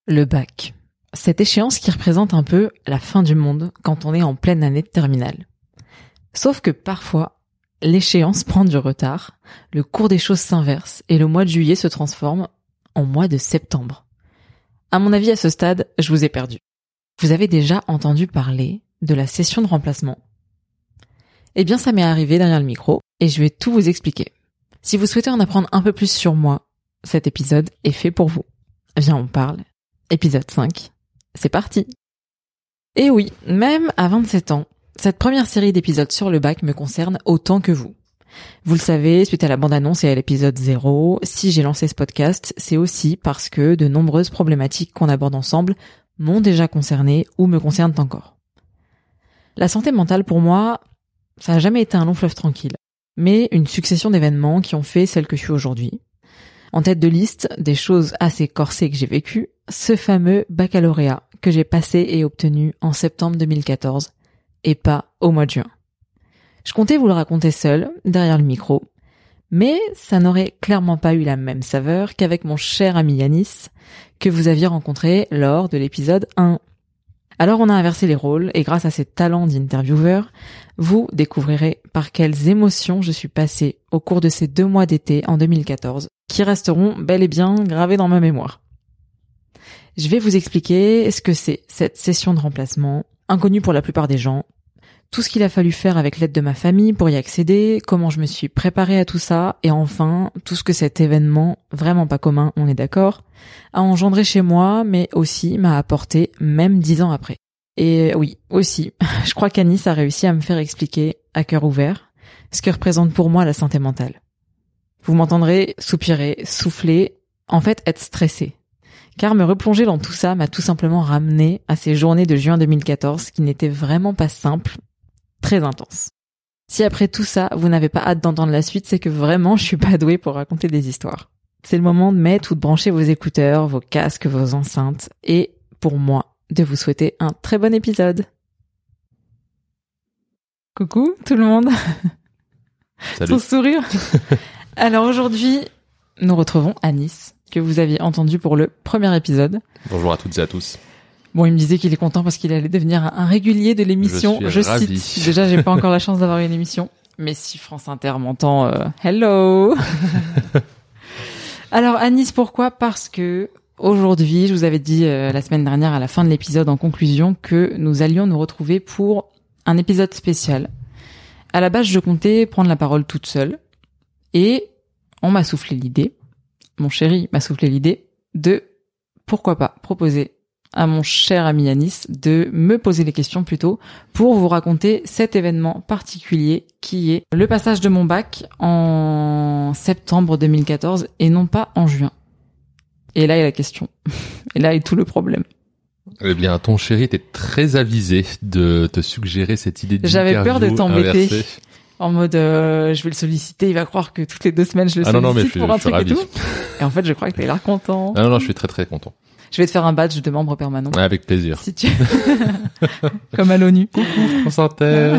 Le bac. Cette échéance qui représente un peu la fin du monde quand on est en pleine année de terminale. Sauf que parfois, l'échéance prend du retard, le cours des choses s'inverse et le mois de juillet se transforme en mois de septembre. À mon avis, à ce stade, je vous ai perdu. Vous avez déjà entendu parler de la session de remplacement? Eh bien, ça m'est arrivé derrière le micro et je vais tout vous expliquer. Si vous souhaitez en apprendre un peu plus sur moi, cet épisode est fait pour vous. Viens, on parle. Épisode 5. C'est parti. Et oui, même à 27 ans, cette première série d'épisodes sur le bac me concerne autant que vous. Vous le savez, suite à la bande-annonce et à l'épisode 0, si j'ai lancé ce podcast, c'est aussi parce que de nombreuses problématiques qu'on aborde ensemble m'ont déjà concerné ou me concernent encore. La santé mentale, pour moi, ça n'a jamais été un long fleuve tranquille, mais une succession d'événements qui ont fait celle que je suis aujourd'hui. En tête de liste, des choses assez corsées que j'ai vécues, ce fameux baccalauréat que j'ai passé et obtenu en septembre 2014, et pas au mois de juin. Je comptais vous le raconter seul, derrière le micro, mais ça n'aurait clairement pas eu la même saveur qu'avec mon cher ami Yanis, que vous aviez rencontré lors de l'épisode 1. Alors on a inversé les rôles, et grâce à ses talents d'intervieweur, vous découvrirez par quelles émotions je suis passée au cours de ces 2 mois d'été en 2014, qui resteront bel et bien gravés dans ma mémoire. Je vais vous expliquer ce que c'est cette session de remplacement, inconnue pour la plupart des gens, tout ce qu'il a fallu faire avec l'aide de ma famille pour y accéder, comment je me suis préparée à tout ça, et enfin, tout ce que cet événement, vraiment pas commun, on est d'accord, a engendré chez moi, mais aussi m'a apporté, même 10 ans après. Et oui, aussi, je crois qu'Anis a réussi à me faire expliquer, à cœur ouvert, ce que représente pour moi la santé mentale. Vous m'entendrez soupirer, souffler, en fait être stressé. Car me replonger dans tout ça m'a tout simplement ramené à ces journées de juin 2014 qui n'étaient vraiment pas simples, très intenses. Si après tout ça, vous n'avez pas hâte d'entendre la suite, c'est que vraiment je suis pas douée pour raconter des histoires. C'est le moment de mettre ou de brancher vos écouteurs, vos casques, vos enceintes, et pour moi, de vous souhaiter un très bon épisode. Coucou tout le monde. Salut. Ton sourire. Alors aujourd'hui, nous retrouvons Anis, que vous aviez entendu pour le premier épisode. Bonjour à toutes et à tous. Bon, il me disait qu'il est content parce qu'il allait devenir un régulier de l'émission. Je suis ravi. Cite. Déjà, j'ai pas encore la chance d'avoir une émission. Mais si France Inter m'entend, hello. Alors, Anis, pourquoi? Parce que aujourd'hui, je vous avais dit la semaine dernière à la fin de l'épisode en conclusion que nous allions nous retrouver pour un épisode spécial. À la base, je comptais prendre la parole toute seule. Et on m'a soufflé l'idée, mon chéri m'a soufflé l'idée de, pourquoi pas, proposer à mon cher ami Yanis de me poser les questions plutôt pour vous raconter cet événement particulier qui est le passage de mon bac en septembre 2014 et non pas en juin. Et là est la question. Et là est tout le problème. Eh bien, ton chéri était très avisé de te suggérer cette idée d'interview J'avais peur de t'embêter. inversée. En mode, je vais le solliciter, il va croire que toutes les 2 semaines je le sollicite pour un truc et tout. Et en fait, je crois que t'as l'air content. Non, je suis très très content. Je vais te faire un badge de membre permanent. Ouais, avec plaisir. Si tu comme à l'ONU. Coucou France Inter.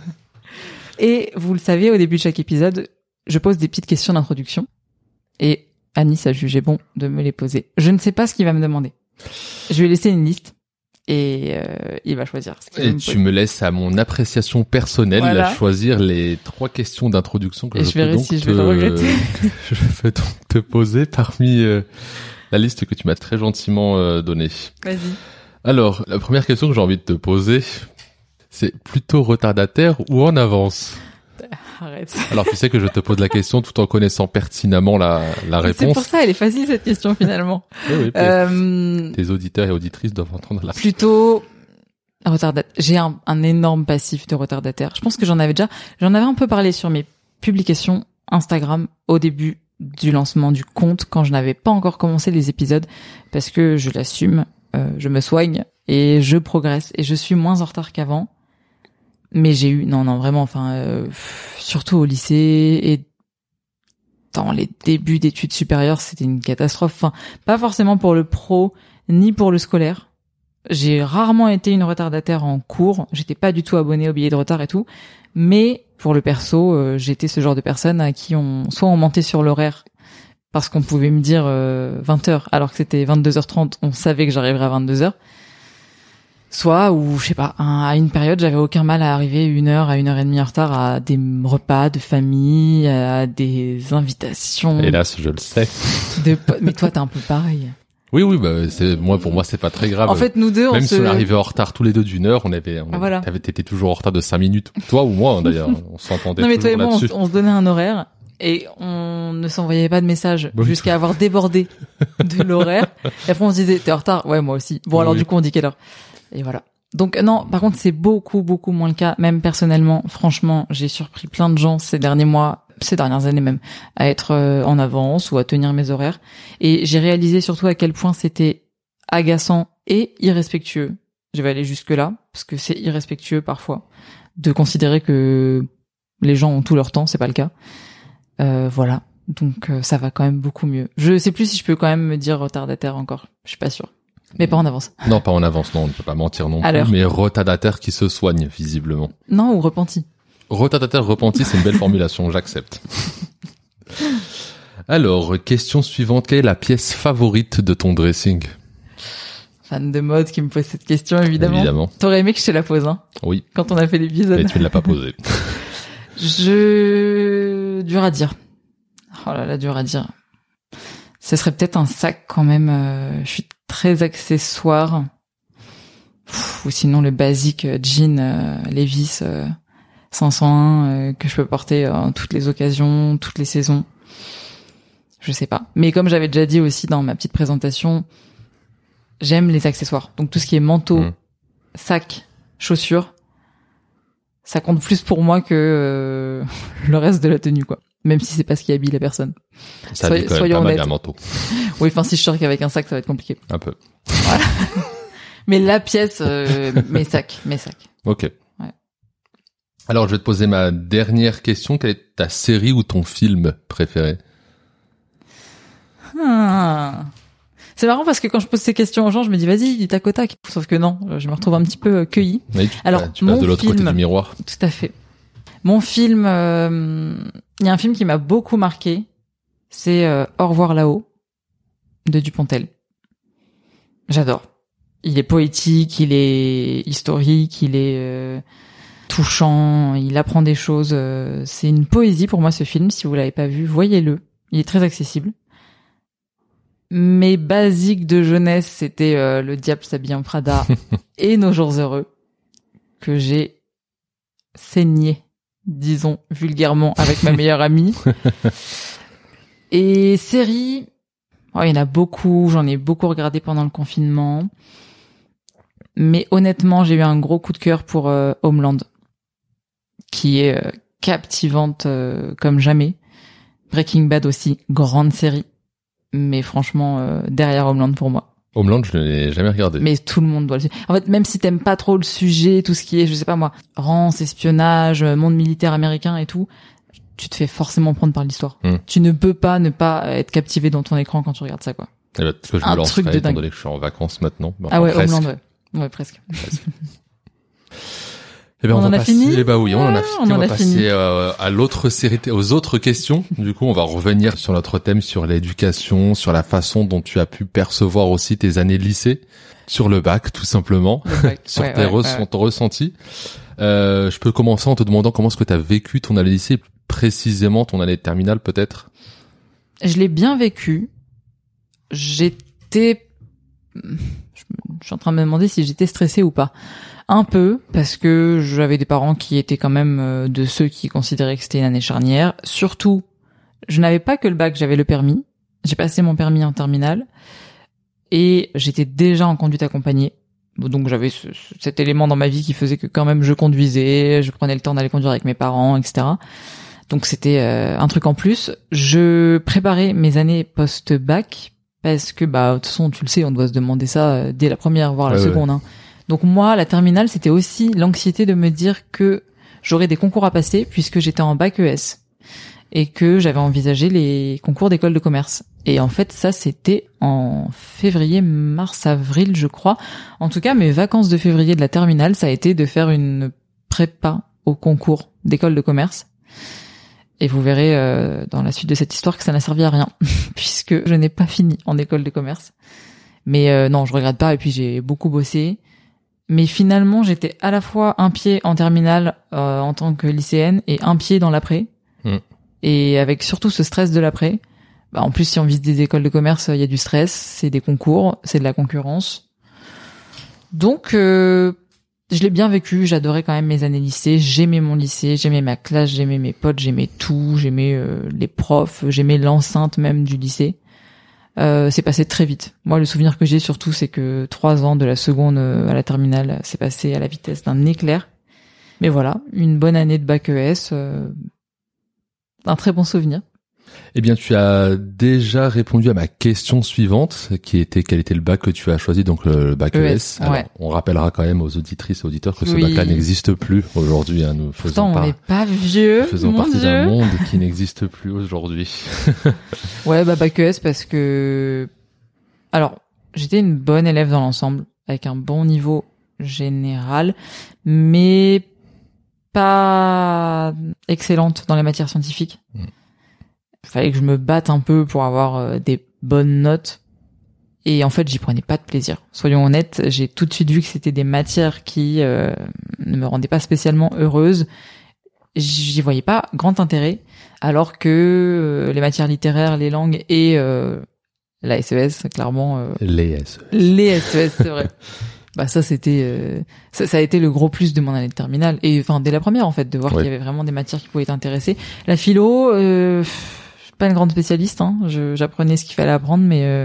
Et vous le savez, au début de chaque épisode, je pose des petites questions d'introduction. Et Anis a jugé bon de me les poser. Je ne sais pas ce qu'il va me demander. Je vais laisser une liste. Et il va choisir. Et tu me laisses à mon appréciation personnelle voilà. Choisir les 3 questions d'introduction que je vais le regretter. Je vais donc te poser parmi la liste que tu m'as très gentiment donnée. Vas-y. Alors, la première question que j'ai envie de te poser, c'est plutôt retardataire ou en avance? Arrête. Alors, tu sais que je te pose la question tout en connaissant pertinemment la réponse. C'est pour ça, elle est facile cette question finalement. Oui, tes auditeurs et auditrices doivent entendre la. Plutôt retardataire. J'ai un énorme passif de retardataire. Je pense que j'en avais un peu parlé sur mes publications Instagram au début du lancement du compte quand je n'avais pas encore commencé les épisodes parce que je l'assume, je me soigne et je progresse et je suis moins en retard qu'avant. Mais j'ai eu, non, vraiment, surtout au lycée et dans les débuts d'études supérieures, c'était une catastrophe. Enfin, pas forcément pour le pro, ni pour le scolaire. J'ai rarement été une retardataire en cours. J'étais pas du tout abonnée aux billets de retard et tout. Mais pour le perso, j'étais ce genre de personne à qui soit on mentait sur l'horaire parce qu'on pouvait me dire 20h alors que c'était 22h30, on savait que j'arriverais à 22h. Soit, ou je sais pas, à une période, j'avais aucun mal à arriver 1h à 1h30 en retard à des repas de famille, à des invitations. Hélas, je le sais. Mais toi, t'es un peu pareil. Oui, bah pour moi c'est pas très grave. En fait, nous deux, même si on arrivait en retard tous les deux d'1 heure, voilà. T'étais toujours en retard de 5 minutes. Toi ou moi d'ailleurs, on s'entendait. Non mais toujours toi et moi, là-dessus. on se donnait un horaire et on ne s'envoyait pas de message jusqu'à avoir débordé de l'horaire. Et après on se disait t'es en retard, ouais moi aussi. Bon alors du coup on dit quelle heure. Et voilà. Donc non, par contre c'est beaucoup moins le cas. Même personnellement, franchement, j'ai surpris plein de gens ces dernières années même, à être en avance ou à tenir mes horaires. Et j'ai réalisé surtout à quel point c'était agaçant et irrespectueux. Je vais aller jusque là, parce que c'est irrespectueux parfois de considérer que les gens ont tout leur temps, c'est pas le cas. Voilà. Donc ça va quand même beaucoup mieux. Je sais plus si je peux quand même me dire retardataire encore. Je suis pas sûre. Mais pas en avance. Non, pas en avance, non, on ne peut pas mentir non plus. Mais retardataire qui se soigne, visiblement. Non, ou repenti. Retardataire repenti, c'est une belle formulation, j'accepte. Alors, question suivante, quelle est la pièce favorite de ton dressing? Fan de mode qui me pose cette question, évidemment. T'aurais aimé que je te la pose, hein? Oui. Quand on a fait l'épisode. Mais tu ne l'as pas posée. Dur à dire. Oh là là, dur à dire. Ce serait peut-être un sac quand même. Je suis très accessoire. Ou sinon le basique jean Levi's 501 que je peux porter en toutes les occasions, toutes les saisons. Je sais pas. Mais comme j'avais déjà dit aussi dans ma petite présentation, j'aime les accessoires. Donc tout ce qui est manteau, sac, chaussures, ça compte plus pour moi que le reste de la tenue, quoi. Même si c'est pas ce qui habille la personne. Ça habille quand même pas mal un manteau. Oui, enfin si je sors qu'avec un sac, ça va être compliqué. Un peu. Voilà. Mais la pièce, mes sacs. Ok. Ouais. Alors je vais te poser ma dernière question. Quelle est ta série ou ton film préféré? C'est marrant parce que quand je pose ces questions aux gens, je me dis vas-y, dis tac au tac. Sauf que non, je me retrouve un petit peu cueillie. Oui, tu passes de l'autre côté du miroir. Tout à fait. Mon film, il y a un film qui m'a beaucoup marqué, c'est Au revoir là-haut de Dupontel. J'adore. Il est poétique, il est historique, il est touchant, il apprend des choses. C'est une poésie pour moi ce film. Si vous l'avez pas vu, voyez-le. Il est très accessible. Mes basiques de jeunesse, c'était Le diable s'habille en Prada et Nos jours heureux, que j'ai saigné, disons vulgairement, avec ma meilleure amie. Et séries, il y en a beaucoup, j'en ai beaucoup regardé pendant le confinement. Mais honnêtement, j'ai eu un gros coup de cœur pour Homeland, qui est captivante comme jamais. Breaking Bad aussi, grande série. Mais franchement, derrière Homeland pour moi. Homeland, je ne l'ai jamais regardé. Mais tout le monde doit le suivre. En fait, même si t'aimes pas trop le sujet, tout ce qui est, je sais pas moi, rance, espionnage, monde militaire américain et tout, tu te fais forcément prendre par l'histoire. Tu ne peux pas ne pas être captivé dans ton écran quand tu regardes ça, quoi. Eh ben, que je me lancerai, étant donné que je suis en vacances maintenant. Enfin, ah ouais, presque. Homeland, ouais. Ouais, presque. Eh ben, on en a fini? Eh ben oui, on en a fini. On va passer fini. à l'autre série, aux autres questions. Du coup, on va revenir sur notre thème, sur l'éducation, sur la façon dont tu as pu percevoir aussi tes années de lycée, sur le bac, tout simplement, sur ton ressenti. Je peux commencer en te demandant comment est-ce que tu as vécu ton année de lycée, précisément ton année de terminale, peut-être? Je l'ai bien vécu. Je suis en train de me demander si j'étais stressée ou pas. Un peu, parce que j'avais des parents qui étaient quand même de ceux qui considéraient que c'était une année charnière. Surtout, je n'avais pas que le bac, j'avais le permis. J'ai passé mon permis en terminale. Et j'étais déjà en conduite accompagnée. Donc j'avais cet élément dans ma vie qui faisait que quand même je conduisais, je prenais le temps d'aller conduire avec mes parents, etc. Donc c'était un truc en plus. Je préparais mes années post-bac, parce que de toute façon, tu le sais, on doit se demander ça dès la première, voire la seconde. Hein. Donc moi, la terminale, c'était aussi l'anxiété de me dire que j'aurais des concours à passer puisque j'étais en bac ES et que j'avais envisagé les concours d'école de commerce. Et en fait, ça, c'était en février, mars, avril, je crois. En tout cas, mes vacances de février de la terminale, ça a été de faire une prépa au concours d'école de commerce. Et vous verrez dans la suite de cette histoire que ça n'a servi à rien, puisque je n'ai pas fini en école de commerce. Mais non, je regrette pas, et puis j'ai beaucoup bossé. Mais finalement, j'étais à la fois un pied en terminale en tant que lycéenne et un pied dans l'après. Et avec surtout ce stress de l'après. Bah, en plus, si on vise des écoles de commerce, il y a du stress, c'est des concours, c'est de la concurrence. Donc, je l'ai bien vécu, j'adorais quand même mes années lycée, j'aimais mon lycée, j'aimais ma classe, j'aimais mes potes, j'aimais tout, j'aimais les profs, j'aimais l'enceinte même du lycée. C'est passé très vite. Moi, le souvenir que j'ai surtout, c'est que 3 ans de la seconde à la terminale, c'est passé à la vitesse d'un éclair. Mais voilà, une bonne année de bac ES, un très bon souvenir. Eh bien, tu as déjà répondu à ma question suivante, qui était quel était le bac que tu as choisi, donc le bac ES. Alors, ouais. On rappellera quand même aux auditrices et auditeurs que ce bac-là n'existe plus aujourd'hui. Hein, nous faisons on n'est pas vieux. Nous faisons partie d'un monde qui n'existe plus aujourd'hui. Ouais, bah bac ES parce que, alors, j'étais une bonne élève dans l'ensemble, avec un bon niveau général, mais pas excellente dans les matières scientifiques. Fallait que je me batte un peu pour avoir des bonnes notes. Et en fait, j'y prenais pas de plaisir. Soyons honnêtes, j'ai tout de suite vu que c'était des matières qui ne me rendaient pas spécialement heureuse. J'y voyais pas grand intérêt, alors que les matières littéraires, les langues et la SES, clairement... Les SES. Les SES, c'est vrai. Bah ça c'était ça a été le gros plus de mon année de terminale, et enfin dès la première en fait, de voir qu'il y avait vraiment des matières qui pouvaient t'intéresser. La philo, je suis pas une grande spécialiste, hein. J'apprenais ce qu'il fallait apprendre, mais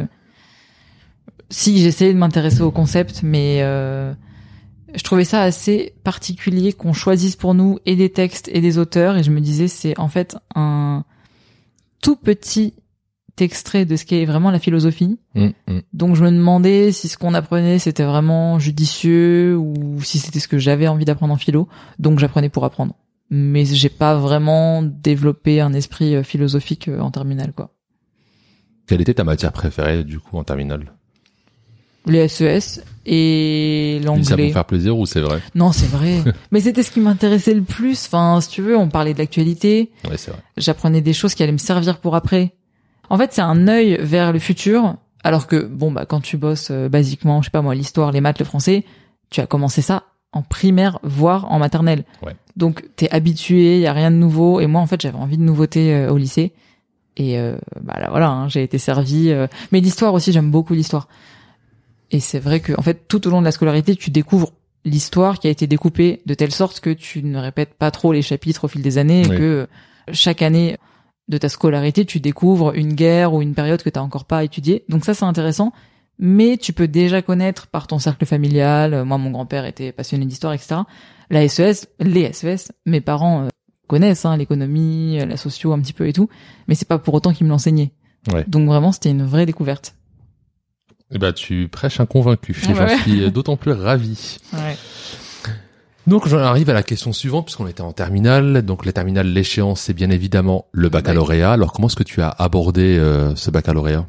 si j'essayais de m'intéresser au concept, mais je trouvais ça assez particulier qu'on choisisse pour nous et des textes et des auteurs, et je me disais c'est en fait un tout petit extrait de ce qu'est vraiment la philosophie. Donc je me demandais si ce qu'on apprenait c'était vraiment judicieux ou si c'était ce que j'avais envie d'apprendre en philo. Donc j'apprenais pour apprendre. Mais j'ai pas vraiment développé un esprit philosophique en terminale, quoi. Quelle était ta matière préférée du coup en terminale? Les SES et l'anglais. Ça pour faire plaisir ou c'est vrai? Non, c'est vrai. Mais c'était ce qui m'intéressait le plus. Enfin, si tu veux, on parlait de l'actualité. Ouais, c'est vrai. J'apprenais des choses qui allaient me servir pour après. En fait, c'est un œil vers le futur, alors que, bon, bah, quand tu bosses, basiquement, je sais pas moi, l'histoire, les maths, le français, tu as commencé ça en primaire, voire en maternelle. Ouais. Donc, t'es habitué, y a rien de nouveau, et moi, en fait, j'avais envie de nouveautés au lycée. Et, bah, là, voilà, hein, j'ai été servie. Mais l'histoire aussi, j'aime beaucoup l'histoire. Et c'est vrai que, en fait, tout au long de la scolarité, tu découvres l'histoire qui a été découpée de telle sorte que tu ne répètes pas trop les chapitres au fil des années, et que chaque année de ta scolarité, tu découvres une guerre ou une période que t'as encore pas étudiée. Donc ça, c'est intéressant. Mais tu peux déjà connaître par ton cercle familial. Moi, mon grand-père était passionné d'histoire, etc. La SES, les SES, mes parents connaissent l'économie, la socio un petit peu et tout. Mais c'est pas pour autant qu'ils me l'enseignaient. Ouais. Donc vraiment, c'était une vraie découverte. Eh ben, tu prêches un convaincu. Et j'en suis d'autant plus ravi. Ouais. Donc j'en arrive à la question suivante, puisqu'on était en terminale. Donc la terminale, l'échéance, c'est bien évidemment le baccalauréat. Alors comment est-ce que tu as abordé ce baccalauréat?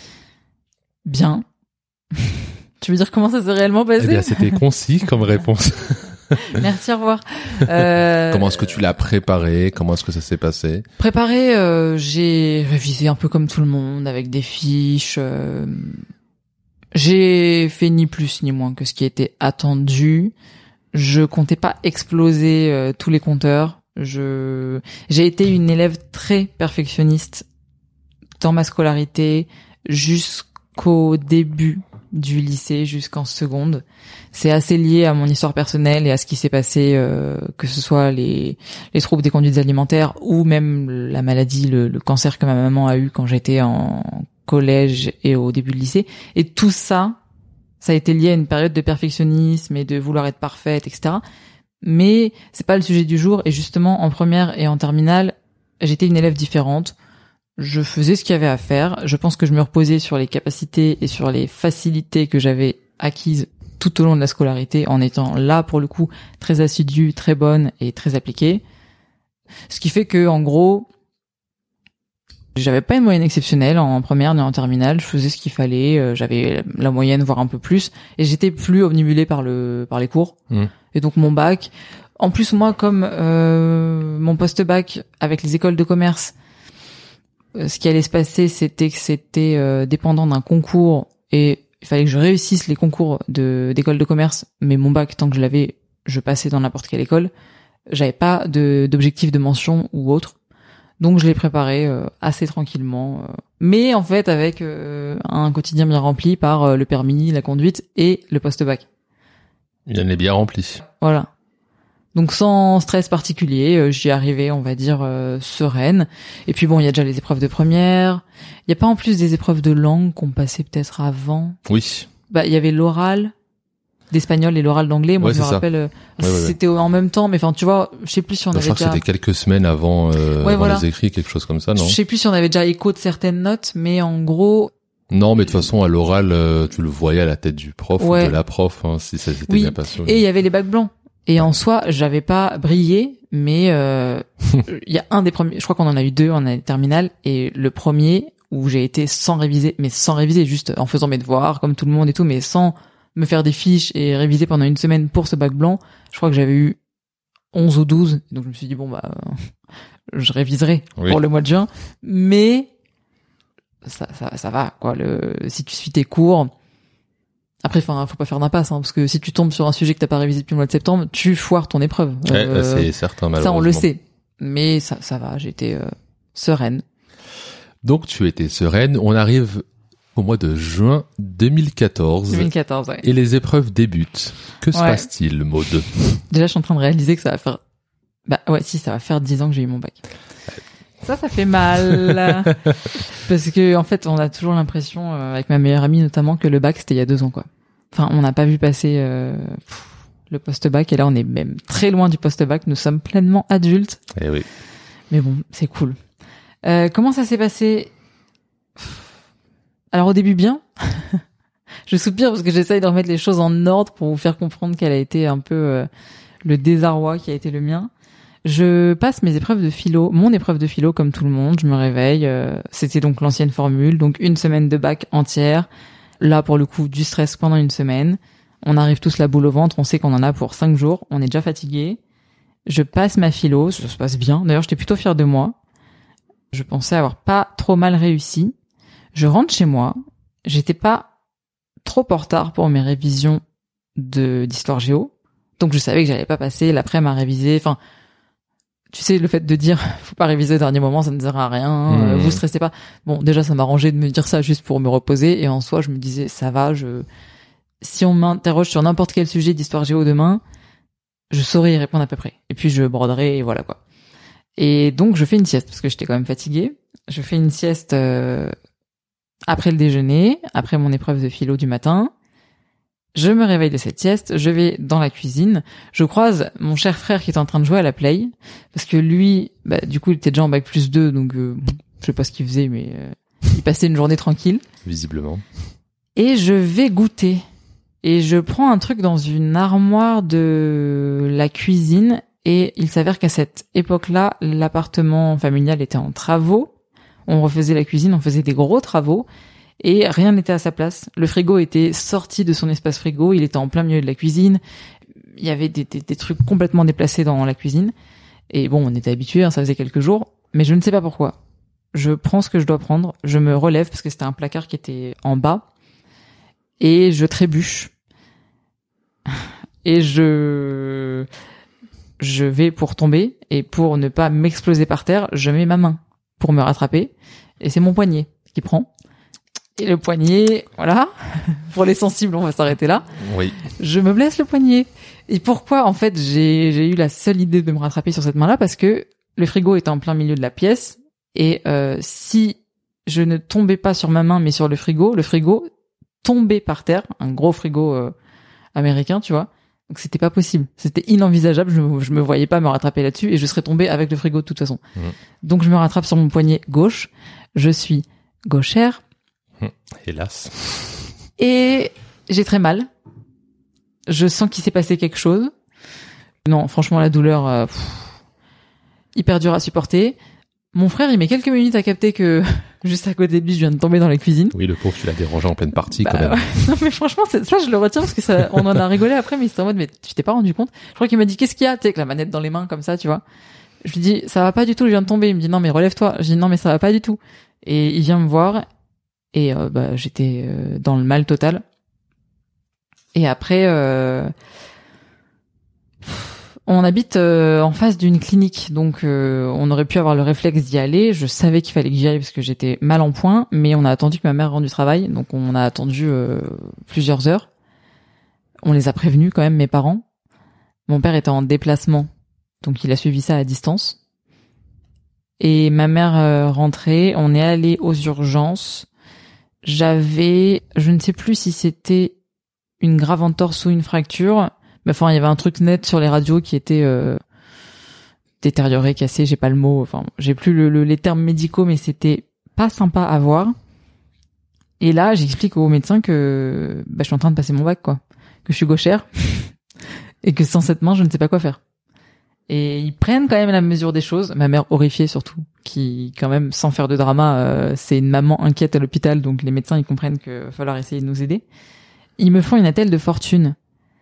Bien. Tu veux dire comment ça s'est réellement passé? Eh bien, c'était concis comme réponse. Merci, au revoir. Comment est-ce que tu l'as préparé? Comment est-ce que ça s'est passé? Préparé, j'ai révisé un peu comme tout le monde, avec des fiches. J'ai fait ni plus ni moins que ce qui était attendu. Je comptais pas exploser tous les compteurs. J'ai été une élève très perfectionniste dans ma scolarité jusqu'au début du lycée, jusqu'en seconde. C'est assez lié à mon histoire personnelle et à ce qui s'est passé, que ce soit les troubles des conduites alimentaires ou même la maladie, le cancer que ma maman a eu quand j'étais en collège et au début de lycée. Et tout ça a été lié à une période de perfectionnisme et de vouloir être parfaite, etc. Mais c'est pas le sujet du jour. Et justement, en première et en terminale, j'étais une élève différente. Je faisais ce qu'il y avait à faire. Je pense que je me reposais sur les capacités et sur les facilités que j'avais acquises tout au long de la scolarité, en étant là, pour le coup, très assidue, très bonne et très appliquée. Ce qui fait que, en gros, j'avais pas une moyenne exceptionnelle en première ni en terminale. Je faisais ce qu'il fallait. J'avais la moyenne, voire un peu plus. Et j'étais plus obnubilée par les cours. Et donc mon bac, En plus, moi, comme mon post-bac avec les écoles de commerce, ce qui allait se passer, c'était que c'était dépendant d'un concours et il fallait que je réussisse les concours d'école de commerce. Mais mon bac, tant que je l'avais, je passais dans n'importe quelle école. J'avais pas d'objectif de mention ou autre. Donc je l'ai préparé assez tranquillement. Mais en fait, avec un quotidien bien rempli par le permis, la conduite et le post-bac. Il en est bien rempli. Voilà. Donc sans stress particulier, j'y arrivais, on va dire, sereine. Et puis bon, il y a déjà les épreuves de première. Il y a pas en plus des épreuves de langue qu'on passait peut-être avant. Oui. Bah, il y avait l'oral d'espagnol et l'oral d'anglais. Moi, ouais, je me rappelle, c'était en même temps, mais enfin, tu vois, je sais plus si on avait déjà... Je crois que c'était quelques semaines avant, avant les écrits, quelque chose comme ça, non? Je sais plus si on avait déjà écho de certaines notes, mais en gros... Non, mais de toute façon, à l'oral, tu le voyais à la tête du prof ou de la prof, hein, si ça s'était bien passé. Et il y avait les bacs blancs. Et en soi, j'avais pas brillé, mais il y a un des premiers, je crois qu'on en a eu 2 en année terminale, et le premier où j'ai été sans réviser, juste en faisant mes devoirs comme tout le monde et tout, mais sans me faire des fiches et réviser pendant une semaine pour ce bac blanc. Je crois que j'avais eu 11 ou 12, donc je me suis dit bon bah je réviserai pour le mois de juin, mais ça va quoi. Si tu suis tes cours. Après, faut pas faire d'impasse, hein, parce que si tu tombes sur un sujet que t'as pas révisé depuis le mois de septembre, tu foires ton épreuve. C'est certain, malheureusement. Ça, on le sait. Mais ça va, j'étais sereine. Donc, tu étais sereine. On arrive au mois de juin 2014. 2014, ouais. Et les épreuves débutent. Que se passe-t-il, Maud? Déjà, je suis en train de réaliser que ça va faire... ça va faire 10 ans que j'ai eu mon bac. Ça fait mal. Parce que, en fait, on a toujours l'impression, avec ma meilleure amie notamment, que le bac, c'était il y a 2 ans, quoi. Enfin, on n'a pas vu passer le post-bac, et là, on est même très loin du post-bac. Nous sommes pleinement adultes. Eh oui. Mais bon, c'est cool. Comment ça s'est passé? Alors, au début, bien. Je soupire parce que j'essaye de remettre les choses en ordre pour vous faire comprendre quel a été un peu le désarroi qui a été le mien. Je passe mes épreuves de philo, mon épreuve de philo comme tout le monde, je me réveille, c'était donc l'ancienne formule, donc 1 semaine de bac entière, là pour le coup du stress pendant 1 semaine, on arrive tous la boule au ventre, on sait qu'on en a pour 5 jours, on est déjà fatigué, je passe ma philo, ça se passe bien, d'ailleurs j'étais plutôt fière de moi, je pensais avoir pas trop mal réussi, je rentre chez moi, j'étais pas trop en retard pour mes révisions d'histoire géo, donc je savais que j'allais pas passer l'après-midi à réviser, enfin... Tu sais, le fait de dire faut pas réviser au dernier moment, ça ne sert à rien, vous stressez pas. Bon, déjà ça m'arrangeait de me dire ça juste pour me reposer, et en soi je me disais ça va, si on m'interroge sur n'importe quel sujet d'histoire géo demain, je saurais y répondre à peu près. Et puis je broderai et voilà quoi. Et donc je fais une sieste parce que j'étais quand même fatiguée. Je fais une sieste après le déjeuner, après mon épreuve de philo du matin. Je me réveille de cette sieste, je vais dans la cuisine, je croise mon cher frère qui est en train de jouer à la Play, parce que lui, du coup, il était déjà en bac +2, donc je sais pas ce qu'il faisait, mais il passait une journée tranquille. Visiblement. Et je vais goûter. Et je prends un truc dans une armoire de la cuisine, et il s'avère qu'à cette époque-là, l'appartement familial était en travaux, on refaisait la cuisine, on faisait des gros travaux, et rien n'était à sa place. Le frigo était sorti de son espace frigo, il était en plein milieu de la cuisine. Il y avait des trucs complètement déplacés dans la cuisine. Et bon, on était habitués, hein, ça faisait quelques jours, mais je ne sais pas pourquoi. Je prends ce que je dois prendre, je me relève parce que c'était un placard qui était en bas, et je trébuche. Et je vais pour tomber, et pour ne pas m'exploser par terre, je mets ma main pour me rattraper, et c'est mon poignet qui prend. Et le poignet, voilà, pour les sensibles, on va s'arrêter là. Oui. Je me blesse le poignet. Et pourquoi, en fait, j'ai eu la seule idée de me rattraper sur cette main-là? Parce que le frigo était en plein milieu de la pièce. Et si je ne tombais pas sur ma main, mais sur le frigo tombait par terre. Un gros frigo américain, tu vois. Donc c'était pas possible. C'était inenvisageable. Je me voyais pas me rattraper là-dessus. Et je serais tombée avec le frigo de toute façon. Donc je me rattrape sur mon poignet gauche. Je suis gauchère. Hélas. Et j'ai très mal. Je sens qu'il s'est passé quelque chose. Non, franchement, la douleur, hyper dure à supporter. Mon frère, il met quelques minutes à capter que juste à côté de lui, je viens de tomber dans la cuisine. Oui, le pauvre, tu l'as dérangé en pleine partie, quand même. Ouais. Non, mais franchement, ça, je le retiens parce que on en a rigolé après, mais c'était en mode, mais tu t'es pas rendu compte? Je crois qu'il m'a dit, qu'est-ce qu'il y a? Tu sais, avec la manette dans les mains, comme ça, tu vois. Je lui dis, ça va pas du tout, je viens de tomber. Il me dit, non, mais relève-toi. Je dis, non, mais ça va pas du tout. Et il vient me voir, et, j'étais, dans le mal total. Et après, on habite en face d'une clinique, donc on aurait pu avoir le réflexe d'y aller. Je savais qu'il fallait que j'y aille parce que j'étais mal en point, mais on a attendu que ma mère rentre du travail, donc on a attendu plusieurs heures. On les a prévenus quand même, mes parents. Mon père était en déplacement, donc il a suivi ça à distance. Et ma mère rentrait, on est allé aux urgences. J'avais, je ne sais plus si c'était une grave entorse ou une fracture. Mais enfin, il y avait un truc net sur les radios qui était détérioré, cassé, j'ai pas le mot. Enfin, j'ai plus les termes médicaux, mais c'était pas sympa à voir. Et là, j'explique au médecin que je suis en train de passer mon bac, quoi. Que je suis gauchère et que sans cette main, je ne sais pas quoi faire. Et ils prennent quand même la mesure des choses. Ma mère horrifiée surtout, qui quand même, sans faire de drama, c'est une maman inquiète à l'hôpital, donc les médecins ils comprennent qu'il va falloir essayer de nous aider. Ils me font une attelle de fortune.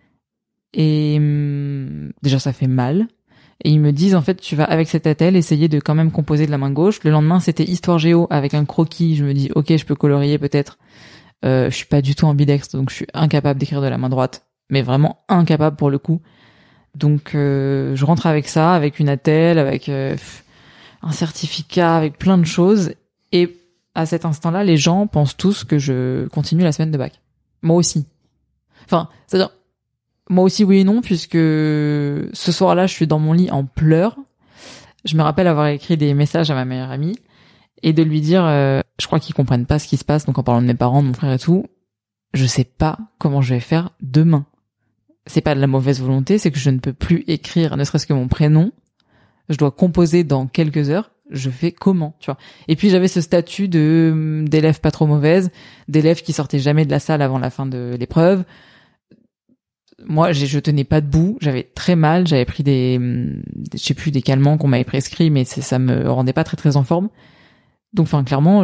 Et déjà ça fait mal. Et ils me disent en fait tu vas avec cette attelle essayer de quand même composer de la main gauche. Le lendemain c'était histoire géo avec un croquis. Je me dis ok je peux colorier peut-être. Je suis pas du tout ambidextre donc je suis incapable d'écrire de la main droite. Mais vraiment incapable pour le coup. Donc je rentre avec ça, avec une attelle, avec un certificat, avec plein de choses. Et à cet instant-là les gens pensent tous que je continue la semaine de bac. Moi aussi. Enfin c'est-à-dire moi aussi oui et non puisque ce soir-là je suis dans mon lit en pleurs. Je me rappelle avoir écrit des messages à ma meilleure amie et de lui dire je crois qu'ils comprennent pas ce qui se passe donc en parlant de mes parents, de mon frère et tout, je sais pas comment je vais faire demain. C'est pas de la mauvaise volonté, c'est que je ne peux plus écrire ne serait-ce que mon prénom. Je dois composer dans quelques heures. Je fais comment, tu vois. Et puis j'avais ce statut d'élève pas trop mauvaise, d'élève qui sortait jamais de la salle avant la fin de l'épreuve. Moi, je tenais pas debout, j'avais très mal, j'avais pris des des calmants qu'on m'avait prescrits, mais ça me rendait pas très très en forme. Donc, enfin, clairement,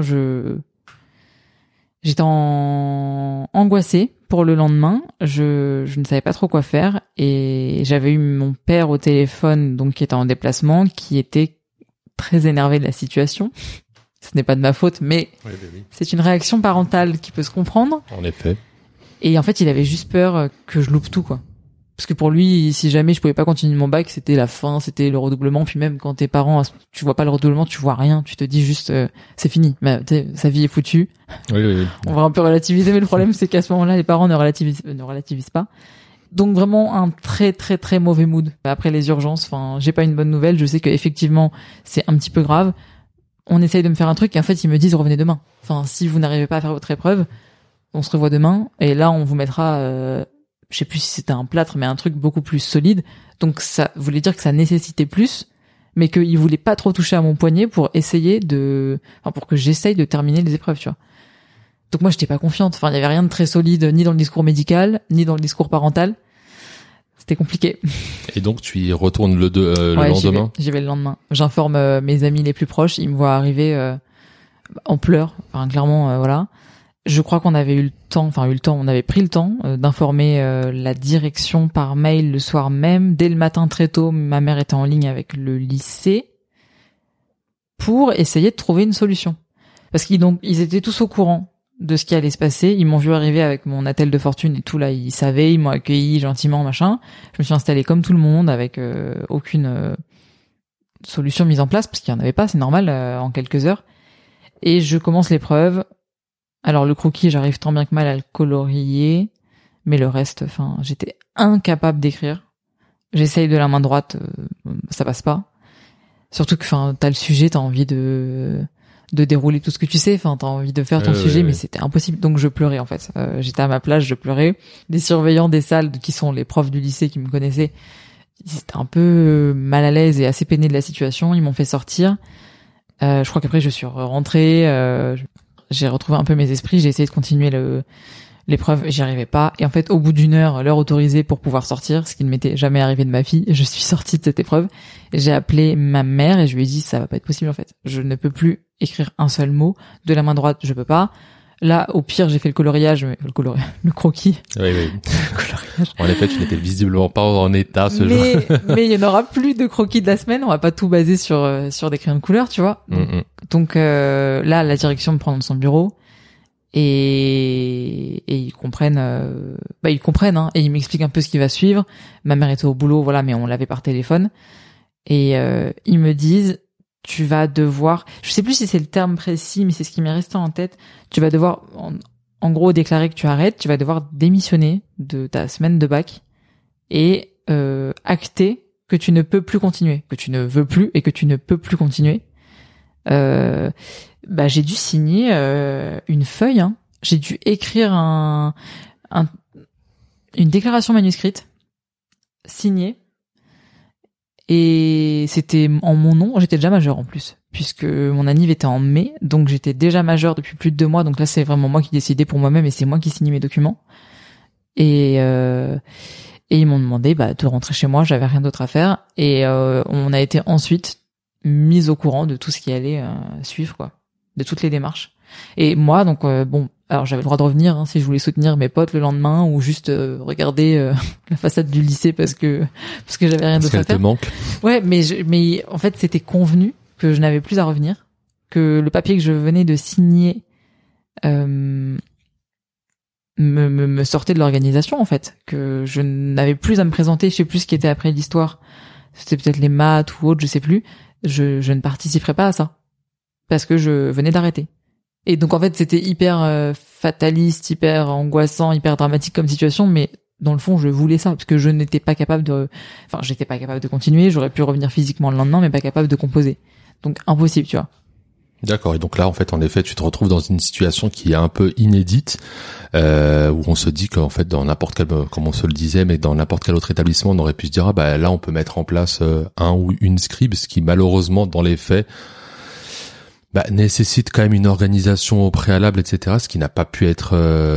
j'étais angoissée pour le lendemain. Je ne savais pas trop quoi faire et j'avais eu mon père au téléphone, donc qui était en déplacement, qui était très énervé de la situation. Ce n'est pas de ma faute, mais oui. C'est une réaction parentale qui peut se comprendre. En effet. Et en fait, il avait juste peur que je loupe tout, quoi. Parce que pour lui, si jamais je pouvais pas continuer mon bac, c'était la fin, c'était le redoublement. Puis même quand tes parents, tu vois pas le redoublement, tu vois rien. Tu te dis juste, c'est fini. Mais sa vie est foutue. Oui. On va un peu relativiser, mais le problème, c'est qu'à ce moment-là, les parents ne relativisent pas. Donc vraiment un très très très mauvais mood. Après les urgences, enfin, j'ai pas une bonne nouvelle. Je sais que effectivement, c'est un petit peu grave. On essaye de me faire un truc et en fait, ils me disent revenez demain. Enfin, si vous n'arrivez pas à faire votre épreuve, on se revoit demain et là on vous mettra je sais plus si c'était un plâtre mais un truc beaucoup plus solide. Donc ça voulait dire que ça nécessitait plus mais qu'ils voulaient pas trop toucher à mon poignet pour essayer pour que j'essaye de terminer les épreuves, tu vois. Donc moi j'étais pas confiante. Enfin, il y avait rien de très solide ni dans le discours médical, ni dans le discours parental. C'était compliqué. Et donc tu y retournes le lendemain? J'y vais le lendemain. J'informe mes amis les plus proches, ils me voient arriver en pleurs. Enfin clairement voilà. Je crois qu'on avait on avait pris le temps d'informer la direction par mail le soir même. Dès le matin très tôt, ma mère était en ligne avec le lycée pour essayer de trouver une solution. Parce ils étaient tous au courant de ce qui allait se passer. Ils m'ont vu arriver avec mon attelle de fortune et tout là, ils savaient, ils m'ont accueilli gentiment, machin. Je me suis installée comme tout le monde avec aucune solution mise en place parce qu'il y en avait pas, c'est normal en quelques heures. Et je commence l'épreuve. Alors le croquis, j'arrive tant bien que mal à le colorier, mais le reste, j'étais incapable d'écrire. J'essaye de la main droite, ça passe pas. Surtout que, t'as le sujet, t'as envie de dérouler tout ce que tu sais, t'as envie de faire ton sujet, mais c'était impossible. Donc je pleurais en fait. J'étais à ma place, je pleurais. Les surveillants des salles, qui sont les profs du lycée qui me connaissaient, ils étaient un peu mal à l'aise et assez peinés de la situation. Ils m'ont fait sortir. Je crois qu'après je suis rentrée. J'ai retrouvé un peu mes esprits, j'ai essayé de continuer l'épreuve, j'y arrivais pas. Et en fait, au bout d'une heure, l'heure autorisée pour pouvoir sortir, ce qui ne m'était jamais arrivé de ma vie, je suis sortie de cette épreuve. J'ai appelé ma mère et je lui ai dit, ça va pas être possible en fait. Je ne peux plus écrire un seul mot. De la main droite, je peux pas. Là, au pire, j'ai fait le coloriage, le croquis. Oui. Le coloriage. En effet, tu n'étais visiblement pas en état ce jour. Mais il y en aura plus de croquis de la semaine. On va pas tout baser sur des crayons de couleur, tu vois. Donc là, la direction me prend dans son bureau et ils comprennent. Ils comprennent, hein, et ils m'expliquent un peu ce qui va suivre. Ma mère était au boulot, voilà, mais on l'avait par téléphone. Et ils me disent, tu vas devoir, je sais plus si c'est le terme précis, mais c'est ce qui m'est resté en tête. Tu vas devoir, en gros, déclarer que tu arrêtes. Tu vas devoir démissionner de ta semaine de bac et acter que tu ne peux plus continuer, que tu ne veux plus et que tu ne peux plus continuer. J'ai dû signer une feuille. Hein. J'ai dû écrire une déclaration manuscrite signée. Et c'était en mon nom, j'étais déjà majeure en plus, puisque mon anniv était en mai, donc j'étais déjà majeure depuis plus de 2 mois, donc là c'est vraiment moi qui décidais pour moi-même et c'est moi qui signais mes documents. Et ils m'ont demandé de rentrer chez moi, j'avais rien d'autre à faire, et on a été ensuite mis au courant de tout ce qui allait suivre, quoi, de toutes les démarches. Et moi, donc alors j'avais le droit de revenir hein, si je voulais soutenir mes potes le lendemain ou juste regarder la façade du lycée parce que j'avais rien d'autre à faire. Te manque. Ouais, mais en fait c'était convenu que je n'avais plus à revenir, que le papier que je venais de signer me sortait de l'organisation en fait, que je n'avais plus à me présenter, je sais plus ce qui était après l'histoire, c'était peut-être les maths ou autre, je sais plus. Je ne participerai pas à ça parce que je venais d'arrêter. Et donc en fait c'était hyper fataliste, hyper angoissant, hyper dramatique comme situation, mais dans le fond je voulais ça parce que je n'étais pas capable j'étais pas capable de continuer, j'aurais pu revenir physiquement le lendemain mais pas capable de composer. Donc impossible, tu vois. D'accord, et donc là en fait en effet tu te retrouves dans une situation qui est un peu inédite où on se dit qu'en fait dans n'importe quel, comme on se le disait, mais dans n'importe quel autre établissement on aurait pu se dire là on peut mettre en place un ou une scribe, ce qui malheureusement dans les faits nécessite quand même une organisation au préalable, etc. Ce qui n'a pas pu être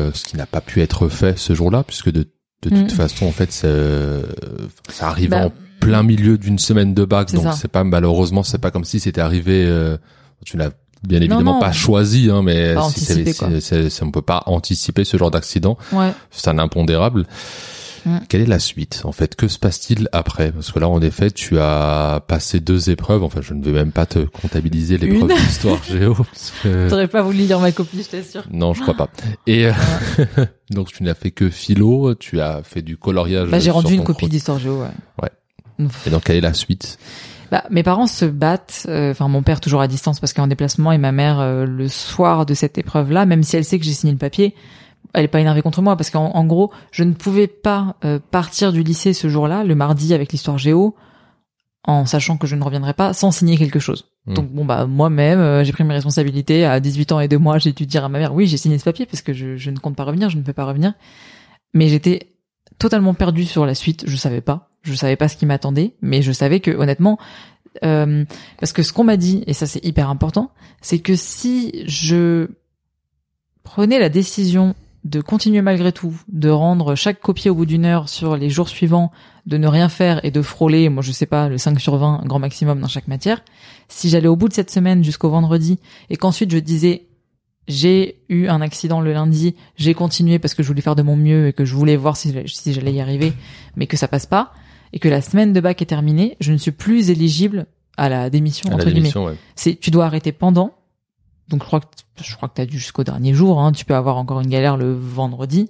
fait ce jour-là, puisque de toute façon, en fait, ça arrivait en plein milieu d'une semaine de bac, donc c'est pas malheureusement, c'est pas comme si c'était arrivé. Tu l'as bien évidemment pas choisi, hein, mais on peut pas anticiper ce genre d'accident. Ouais. C'est un impondérable. Quelle est la suite, en fait? Que se passe-t-il après? Parce que là, en effet, tu as passé 2 épreuves. Enfin, je ne vais même pas te comptabiliser l'épreuve d'histoire géo. T'aurais pas voulu lire ma copie, je t'assure. Non, je crois pas. Et donc, tu n'as fait que philo. Tu as fait du coloriage. J'ai rendu une copie d'histoire géo, ouais. Et donc, quelle est la suite? Mes parents se battent. Mon père toujours à distance parce qu'en déplacement et ma mère le soir de cette épreuve-là, même si elle sait que j'ai signé le papier. Elle est pas énervée contre moi parce qu'en gros, je ne pouvais pas partir du lycée ce jour-là, le mardi avec l'histoire géo, en sachant que je ne reviendrai pas sans signer quelque chose. Donc moi-même, j'ai pris mes responsabilités. À 18 ans et 2 mois, j'ai dû dire à ma mère, oui, j'ai signé ce papier parce que je ne compte pas revenir, je ne peux pas revenir. Mais j'étais totalement perdue sur la suite. Je savais pas ce qui m'attendait, mais je savais que honnêtement, parce que ce qu'on m'a dit, et ça c'est hyper important, c'est que si je prenais la décision de continuer malgré tout, de rendre chaque copie au bout d'1 heure sur les jours suivants, de ne rien faire et de frôler, moi je sais pas, le 5 sur 20 grand maximum dans chaque matière, si j'allais au bout de cette semaine jusqu'au vendredi et qu'ensuite je disais j'ai eu un accident le lundi, j'ai continué parce que je voulais faire de mon mieux et que je voulais voir si j'allais y arriver, mais que ça passe pas, et que la semaine de bac est terminée, je ne suis plus éligible à la démission, entre guillemets. Ouais. Tu dois arrêter pendant. Donc je crois que t'as dû jusqu'au dernier jour, hein, tu peux avoir encore une galère le vendredi,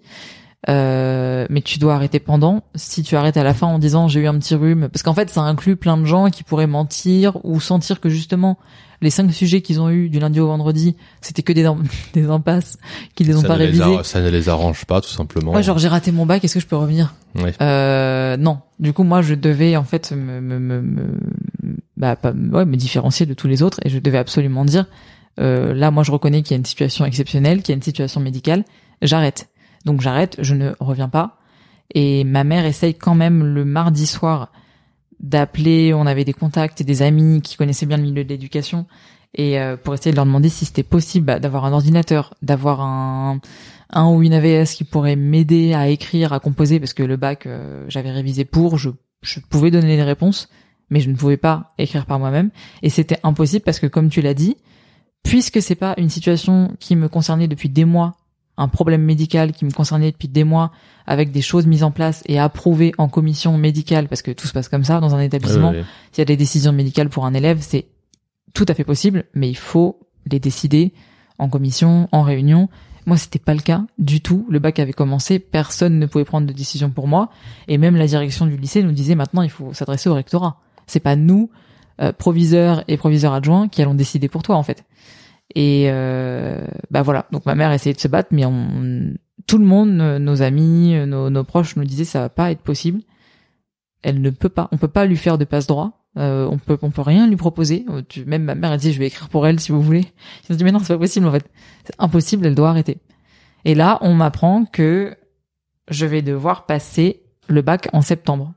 mais tu dois arrêter pendant. Si tu arrêtes à la fin en disant j'ai eu un petit rhume, parce qu'en fait ça inclut plein de gens qui pourraient mentir ou sentir que justement les 5 sujets qu'ils ont eu du lundi au vendredi, c'était que des impasses, qu'ils les ont pas révisés. Ça ne les arrange pas, tout simplement. Ouais, genre j'ai raté mon bac, est-ce que je peux revenir? Oui. Non. Du coup moi je devais en fait me différencier de tous les autres et je devais absolument dire là, moi, je reconnais qu'il y a une situation exceptionnelle, qu'il y a une situation médicale. J'arrête. Donc, j'arrête. Je ne reviens pas. Et ma mère essaye quand même le mardi soir d'appeler. On avait des contacts et des amis qui connaissaient bien le milieu de l'éducation. Et pour essayer de leur demander si c'était possible d'avoir un ordinateur, d'avoir un ou une AVS qui pourrait m'aider à écrire, à composer, parce que le bac, j'avais révisé je pouvais donner les réponses, mais je ne pouvais pas écrire par moi-même. Et c'était impossible parce que, comme tu l'as dit, puisque c'est pas une situation qui me concernait depuis des mois, un problème médical qui me concernait depuis des mois, avec des choses mises en place et approuvées en commission médicale, parce que tout se passe comme ça dans un établissement. Oui. S'il y a des décisions médicales pour un élève, c'est tout à fait possible, mais il faut les décider en commission, en réunion. Moi, c'était pas le cas du tout. Le bac avait commencé, personne ne pouvait prendre de décision pour moi, et même la direction du lycée nous disait maintenant il faut s'adresser au rectorat. C'est pas nous, proviseurs et proviseurs adjoints, qui allons décider pour toi en fait. Et voilà. Donc ma mère essayait de se battre, mais tout le monde, nos amis, nos proches nous disaient ça va pas être possible. Elle ne peut pas. On peut pas lui faire de passe droit. On peut rien lui proposer. Même ma mère elle dit je vais écrire pour elle si vous voulez. Je me dis mais non c'est pas possible en fait. C'est impossible. Elle doit arrêter. Et là on m'apprend que je vais devoir passer le bac en septembre.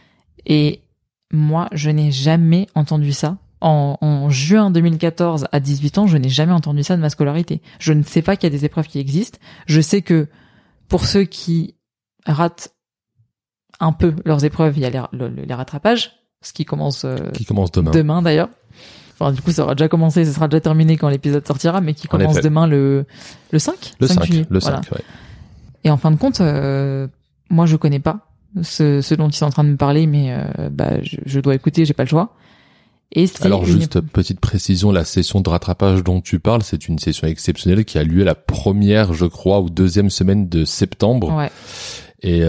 Et moi je n'ai jamais entendu ça. En juin 2014 à 18 ans, je n'ai jamais entendu ça de ma scolarité. Je ne sais pas qu'il y a des épreuves qui existent. Je sais que pour ceux qui ratent un peu leurs épreuves, il y a les rattrapages, ce qui commence demain. Demain d'ailleurs. Enfin du coup ça aura déjà commencé, ça sera déjà terminé quand l'épisode sortira, mais qui commence demain le 5 Le 5 juillet. Le 5, ouais. Et en fin de compte, moi je connais pas ce dont ils sont en train de me parler, mais je dois écouter, j'ai pas le choix. Alors juste petite précision, la session de rattrapage dont tu parles, c'est une session exceptionnelle qui a lieu la première, je crois, ou deuxième semaine de septembre. Ouais. Et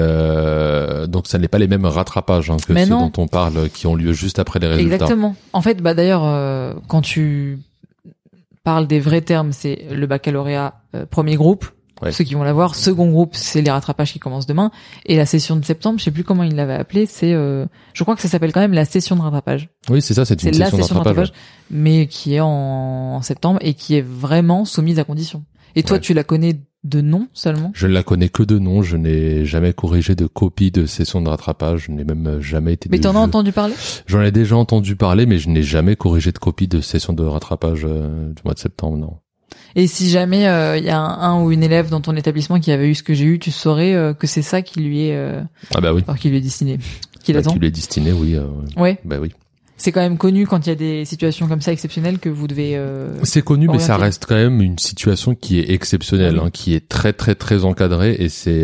donc ça n'est pas les mêmes rattrapages que ceux dont on parle, qui ont lieu juste après les résultats. Exactement. En fait, d'ailleurs, quand tu parles des vrais termes, c'est le baccalauréat premier groupe. Ouais. Ceux qui vont l'avoir. Second groupe, c'est les rattrapages qui commencent demain. Et la session de septembre, je sais plus comment il l'avait appelé, c'est, je crois que ça s'appelle quand même la session de rattrapage. Oui, c'est ça, c'est une session de rattrapage. Mais qui est en septembre et qui est vraiment soumise à condition. Et toi, tu la connais de nom seulement? Je ne la connais que de nom. Je n'ai jamais corrigé de copie de session de rattrapage. Je n'ai même jamais été. Mais t'en as entendu parler? J'en ai déjà entendu parler, mais je n'ai jamais corrigé de copie de session de rattrapage du mois de septembre, non. Et si jamais y a un ou une élève dans ton établissement qui avait eu ce que j'ai eu, tu saurais que c'est ça qui lui est oui. Qui lui est destiné. Qui lui est destiné, oui. Ouais. Bah oui. C'est quand même connu quand il y a des situations comme ça exceptionnelles que vous devez c'est connu orienter. Mais ça reste quand même une situation qui est exceptionnelle, qui est très très très encadrée, et c'est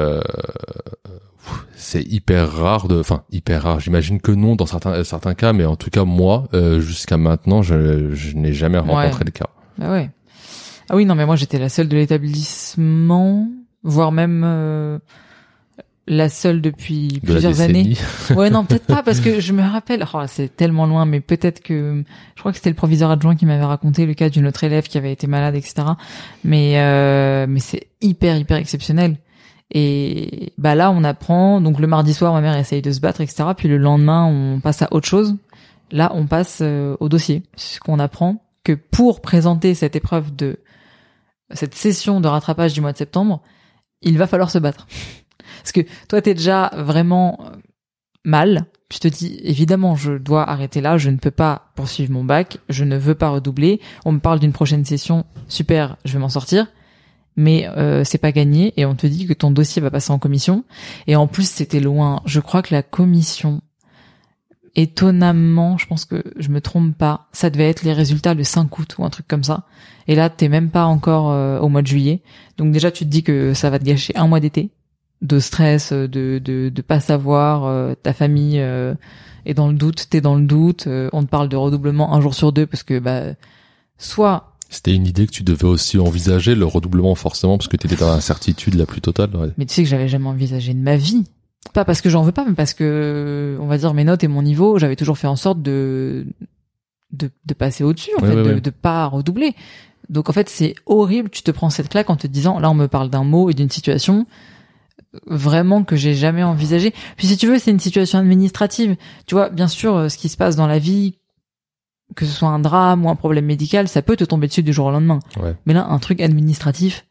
hyper rare hyper rare. J'imagine que non dans certains cas, mais en tout cas moi jusqu'à maintenant je n'ai jamais rencontré le cas. Bah ouais. Ah oui, non, mais moi, j'étais la seule de l'établissement, voire même la seule depuis plusieurs années. Ouais, non, peut-être pas, parce que je me rappelle, c'est tellement loin, mais peut-être que, je crois que c'était le proviseur adjoint qui m'avait raconté le cas d'une autre élève qui avait été malade, etc. Mais c'est hyper, hyper exceptionnel. Et là, on apprend, donc le mardi soir, ma mère essaye de se battre, etc. Puis le lendemain, on passe à autre chose. Là, on passe au dossier. Ce qu'on apprend, que pour présenter cette cette session de rattrapage du mois de septembre, il va falloir se battre. Parce que toi, t'es déjà vraiment mal. Tu te dis, évidemment, je dois arrêter là, je ne peux pas poursuivre mon bac, je ne veux pas redoubler. On me parle d'une prochaine session, super, je vais m'en sortir. Mais c'est pas gagné, et on te dit que ton dossier va passer en commission. Et en plus, c'était loin. Je crois que la commission, étonnamment, je pense que je me trompe pas, ça devait être les résultats le 5 août ou un truc comme ça. Et là, t'es même pas encore au mois de juillet. Donc déjà, tu te dis que ça va te gâcher un mois d'été, de stress, de pas savoir, ta famille est dans le doute, t'es dans le doute, on te parle de redoublement un jour sur deux parce que soit... C'était une idée que tu devais aussi envisager, le redoublement forcément, parce que t'étais dans l'incertitude la plus totale. Ouais. Mais tu sais que j'avais jamais envisagé de ma vie. Pas parce que j'en veux pas, mais parce que, on va dire, mes notes et mon niveau, j'avais toujours fait en sorte de passer au-dessus, de pas redoubler. Donc, en fait, c'est horrible, tu te prends cette claque en te disant, là, on me parle d'un mot et d'une situation vraiment que j'ai jamais envisagé. Puis, si tu veux, c'est une situation administrative. Tu vois, bien sûr, ce qui se passe dans la vie, que ce soit un drame ou un problème médical, ça peut te tomber dessus du jour au lendemain. Ouais. Mais là, un truc administratif,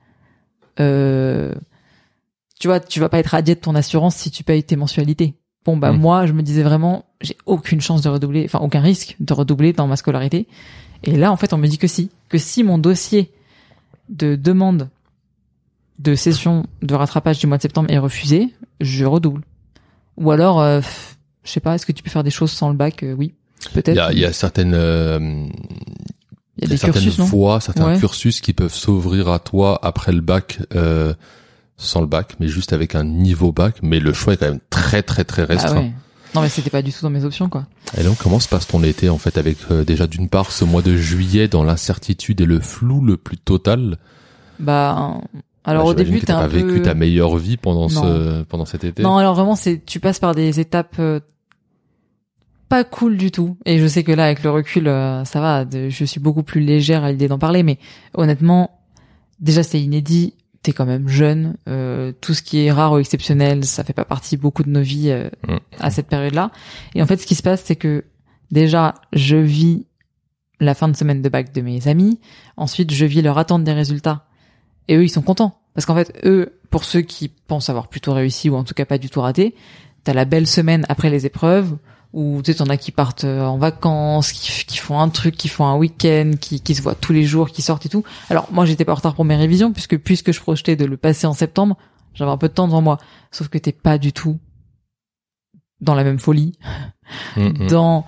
tu vois, tu vas pas être radié de ton assurance si tu payes tes mensualités. Bon, moi, je me disais vraiment, j'ai aucune chance de redoubler, enfin, aucun risque de redoubler dans ma scolarité. Et là, en fait, on me dit que si mon dossier de demande de session de rattrapage du mois de septembre est refusé, je redouble. Ou alors, je sais pas, est-ce que tu peux faire des choses sans le bac? Oui, peut-être. Il y a certaines, Il y a des cursus, non? Certains cursus qui peuvent s'ouvrir à toi après le bac, sans le bac, mais juste avec un niveau bac, mais le choix est quand même très très très restreint. Ah ouais. Non, mais c'était pas du tout dans mes options, quoi. Et donc, comment se passe ton été, en fait, avec déjà d'une part ce mois de juillet dans l'incertitude et le flou le plus total? Alors au début, t'as pas vécu ta meilleure vie pendant cet été. Non, alors vraiment, tu passes par des étapes pas cool du tout. Et je sais que là, avec le recul, ça va. Je suis beaucoup plus légère à l'idée d'en parler, mais honnêtement, déjà c'est inédit. T'es quand même jeune. Tout ce qui est rare ou exceptionnel, ça fait pas partie beaucoup de nos vies à cette période-là. Et en fait, ce qui se passe, c'est que déjà, je vis la fin de semaine de bac de mes amis. Ensuite, je vis leur attente des résultats. Et eux, ils sont contents. Parce qu'en fait, eux, pour ceux qui pensent avoir plutôt réussi ou en tout cas pas du tout raté, t'as la belle semaine après les épreuves où tu sais, t'en as qui partent en vacances, qui font un truc, qui font un week-end, qui se voient tous les jours, qui sortent et tout. Alors moi, j'étais pas en retard pour mes révisions puisque je projetais de le passer en septembre, j'avais un peu de temps devant moi. Sauf que t'es pas du tout dans la même folie, dans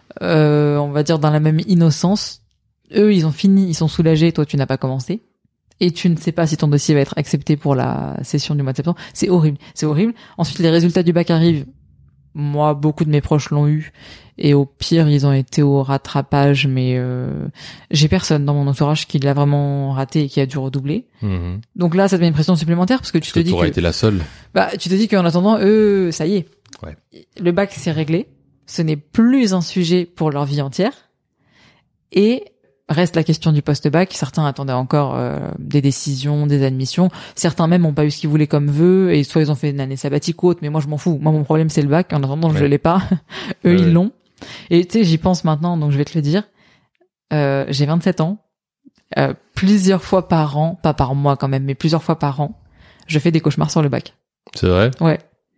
on va dire dans la même innocence. Eux, ils ont fini, ils sont soulagés, toi tu n'as pas commencé. Et tu ne sais pas si ton dossier va être accepté pour la session du mois de septembre. C'est horrible. Ensuite, les résultats du bac arrivent. Moi, beaucoup de mes proches l'ont eu. Et au pire, ils ont été au rattrapage. Mais j'ai personne dans mon entourage qui l'a vraiment raté et qui a dû redoubler. Donc là, ça te met une pression supplémentaire parce que tu te dis que... Tu aurais été la seule. Tu te dis qu'en attendant, eux, ça y est. Ouais. Le bac, c'est réglé. Ce n'est plus un sujet pour leur vie entière. Et... reste la question du post-bac. Certains attendaient encore des décisions, des admissions. Certains même n'ont pas eu ce qu'ils voulaient comme vœu et soit ils ont fait une année sabbatique ou autre. Mais moi, je m'en fous. Moi, mon problème, c'est le bac. En attendant, je l'ai pas. Eux, ils l'ont. Et tu sais, j'y pense maintenant, donc je vais te le dire. J'ai 27 ans. Plusieurs fois par an, pas par mois quand même, mais plusieurs fois par an, je fais des cauchemars sur le bac. C'est vrai? Ouais.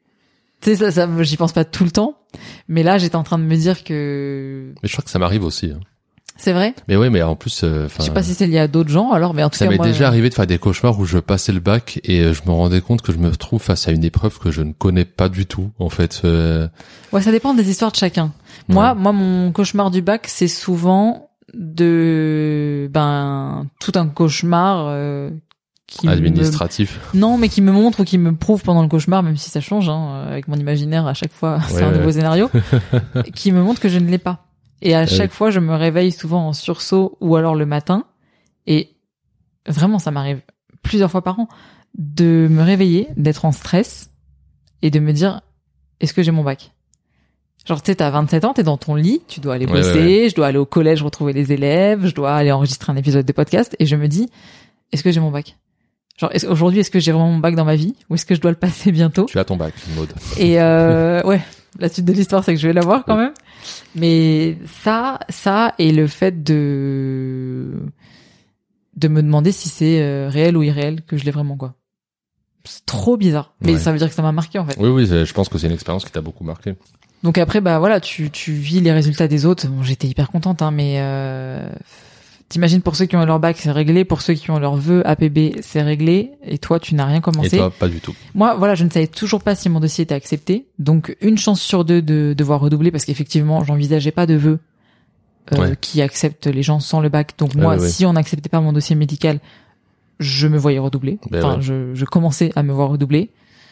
Tu sais, ça, j'y pense pas tout le temps. Mais là, j'étais en train de me dire que... Mais je crois que ça m'arrive aussi. Hein. C'est vrai? Mais oui, mais en plus, je sais pas si c'est lié à d'autres gens, alors, mais en tout cas, ça m'est déjà arrivé de faire des cauchemars où je passais le bac et je me rendais compte que je me trouve face à une épreuve que je ne connais pas du tout, en fait. Ouais, ça dépend des histoires de chacun. Moi, mon cauchemar du bac, c'est souvent tout un cauchemar, qui administratif. Non, mais qui me montre ou qui me prouve pendant le cauchemar, même si ça change, avec mon imaginaire, à chaque fois, c'est un nouveau scénario, qui me montre que je ne l'ai pas. Et à chaque fois, je me réveille souvent en sursaut ou alors le matin. Et vraiment, ça m'arrive plusieurs fois par an de me réveiller, d'être en stress et de me dire, est-ce que j'ai mon bac? Genre, tu sais, t'as 27 ans, t'es dans ton lit, tu dois aller bosser, je dois aller au collège retrouver les élèves, je dois aller enregistrer un épisode de podcast et je me dis, est-ce que j'ai mon bac? Genre, aujourd'hui, est-ce que j'ai vraiment mon bac dans ma vie ou est-ce que je dois le passer bientôt? Tu as ton bac, Maud. Et ouais, la suite de l'histoire, c'est que je vais l'avoir quand même. Mais ça et le fait de me demander si c'est réel ou irréel que je l'ai vraiment, quoi. C'est trop bizarre. Mais ça veut dire que ça m'a marqué, en fait. Oui, je pense que c'est une expérience qui t'a beaucoup marqué. Donc après, voilà, tu vis les résultats des autres. Bon, j'étais hyper contente, mais t'imagines, pour ceux qui ont leur bac, c'est réglé. Pour ceux qui ont leur vœu APB, c'est réglé. Et toi, tu n'as rien commencé. Et toi, pas du tout. Moi, voilà, je ne savais toujours pas si mon dossier était accepté. Donc, une chance sur deux de devoir redoubler parce qu'effectivement, j'envisageais pas de vœu qui acceptent les gens sans le bac. Donc moi, si on n'acceptait pas mon dossier médical, je me voyais redoubler. Je commençais à me voir redoubler.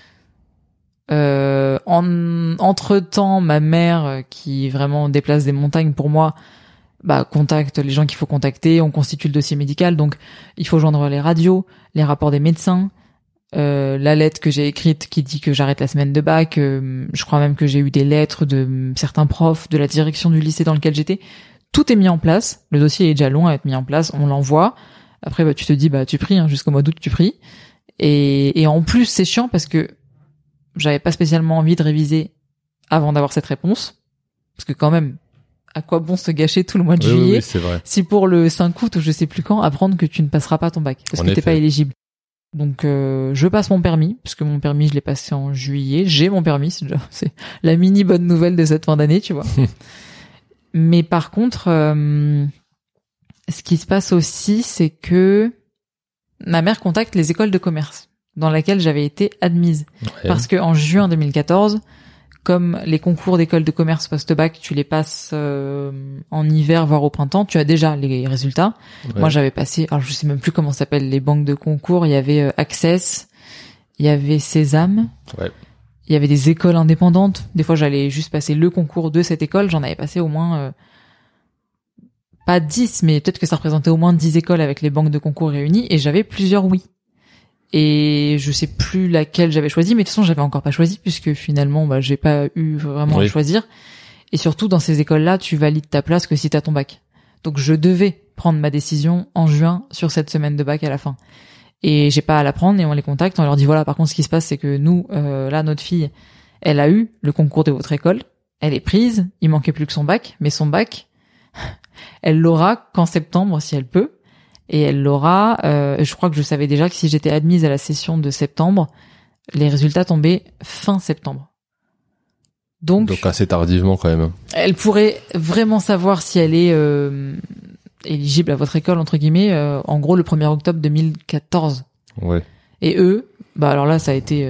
Entre-temps, ma mère, qui vraiment déplace des montagnes pour moi, contacte les gens qu'il faut contacter, on constitue le dossier médical, donc il faut joindre les radios, les rapports des médecins, la lettre que j'ai écrite qui dit que j'arrête la semaine de bac, je crois même que j'ai eu des lettres de certains profs, de la direction du lycée dans lequel j'étais. Tout est mis en place, le dossier est déjà long à être mis en place, on l'envoie. Après, tu te dis, tu pries, jusqu'au mois d'août, tu pries. Et en plus, c'est chiant parce que j'avais pas spécialement envie de réviser avant d'avoir cette réponse. Parce que quand même, à quoi bon se gâcher tout le mois de juillet c'est vrai. Si pour le 5 août ou je sais plus quand, apprendre que tu ne passeras pas ton bac parce que t'es pas éligible. Donc je passe mon permis, parce que mon permis je l'ai passé en juillet. J'ai mon permis, c'est la mini bonne nouvelle de cette fin d'année, tu vois. Mais par contre, ce qui se passe aussi, c'est que ma mère contacte les écoles de commerce dans laquelle j'avais été admise. Parce que en juin 2014, comme les concours d'école de commerce post-bac, tu les passes en hiver, voire au printemps, tu as déjà les résultats. Ouais. Moi, j'avais passé, alors je sais même plus comment ça s'appelle, les banques de concours. Il y avait Access, il y avait Sésame. Ouais. Il y avait des écoles indépendantes. Des fois, j'allais juste passer le concours de cette école. J'en avais passé au moins, pas 10, mais peut-être que ça représentait au moins 10 écoles avec les banques de concours réunies. Et j'avais plusieurs oui. Et je sais plus laquelle j'avais choisi, mais de toute façon, j'avais encore pas choisi puisque finalement, j'ai pas eu vraiment à choisir. Et surtout, dans ces écoles-là, tu valides ta place que si t'as ton bac. Donc, je devais prendre ma décision en juin sur cette semaine de bac à la fin. Et j'ai pas à la prendre et on les contacte, on leur dit voilà, par contre, ce qui se passe, c'est que nous, là, notre fille, elle a eu le concours de votre école, elle est prise, il manquait plus que son bac, mais son bac, elle l'aura qu'en septembre si elle peut. Et elle l'aura, je crois que je savais déjà que si j'étais admise à la session de septembre, les résultats tombaient fin septembre. Donc assez tardivement quand même. Elle pourrait vraiment savoir si elle est éligible à votre école, entre guillemets, en gros le 1er octobre 2014. Ouais. Et eux, alors là ça a été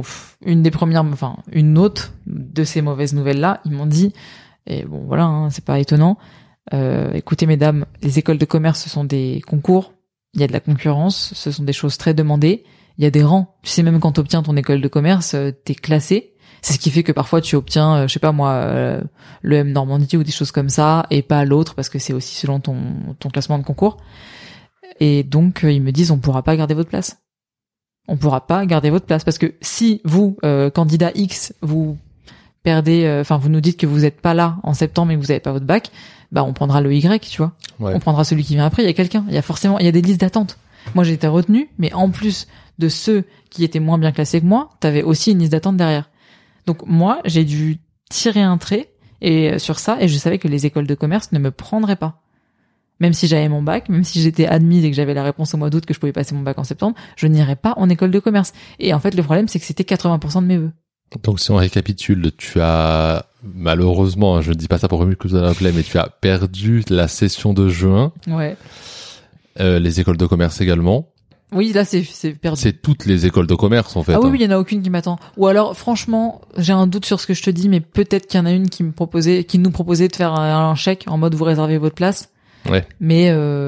une autre de ces mauvaises nouvelles-là, ils m'ont dit, et bon voilà, hein, c'est pas étonnant, écoutez mesdames, les écoles de commerce ce sont des concours, il y a de la concurrence, ce sont des choses très demandées, il y a des rangs, tu sais même quand t'obtiens ton école de commerce, t'es classé, c'est ce qui fait que parfois tu obtiens, je sais pas moi, le M Normandie ou des choses comme ça, et pas l'autre parce que c'est aussi selon ton classement de concours. Et donc ils me disent on pourra pas garder votre place. On pourra pas garder votre place parce que si vous, candidat X, vous perdez, vous nous dites que vous êtes pas là en septembre et que vous avez pas votre bac, on prendra le Y, tu vois. Ouais. On prendra celui qui vient après. Il y a quelqu'un. Il y a des listes d'attente. Moi, j'ai été retenue, mais en plus de ceux qui étaient moins bien classés que moi, t'avais aussi une liste d'attente derrière. Donc moi, j'ai dû tirer un trait sur ça et je savais que les écoles de commerce ne me prendraient pas. Même si j'avais mon bac, même si j'étais admise et que j'avais la réponse au mois d'août que je pouvais passer mon bac en septembre, je n'irais pas en école de commerce. Et en fait, le problème, c'est que c'était 80% de mes vœux. Donc si on récapitule, tu as malheureusement, je ne dis pas ça pour remuer que vous en appelez, mais tu as perdu la session de juin. Ouais. Les écoles de commerce également. Oui, là c'est perdu. C'est toutes les écoles de commerce en fait. Ah oui, il y en a aucune qui m'attend. Ou alors franchement, j'ai un doute sur ce que je te dis, mais peut-être qu'il y en a une qui nous proposait de faire un chèque en mode vous réservez votre place. Ouais. Mais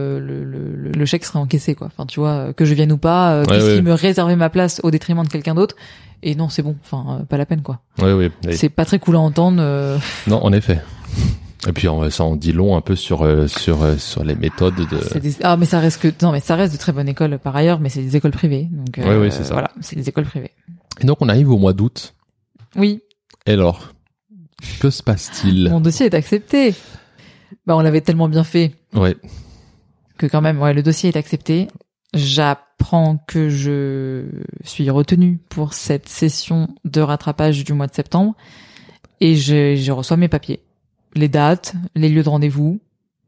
le chèque serait encaissé quoi. Enfin tu vois, que je vienne ou pas, qui me réservait ma place au détriment de quelqu'un d'autre. Et non, c'est bon. Enfin, pas la peine quoi. Oui. C'est pas très cool à entendre. Non, en effet. Et puis ça en dit long un peu sur les méthodes de. Mais ça reste de très bonnes écoles par ailleurs, mais c'est des écoles privées. Donc oui, c'est ça. Voilà, c'est des écoles privées. Et donc on arrive au mois d'août. Oui. Et alors, que se passe-t-il? Mon dossier est accepté. On l'avait tellement bien fait. Ouais. Que quand même, le dossier est accepté. J'apprends que je suis retenue pour cette session de rattrapage du mois de septembre et je reçois mes papiers, les dates, les lieux de rendez-vous,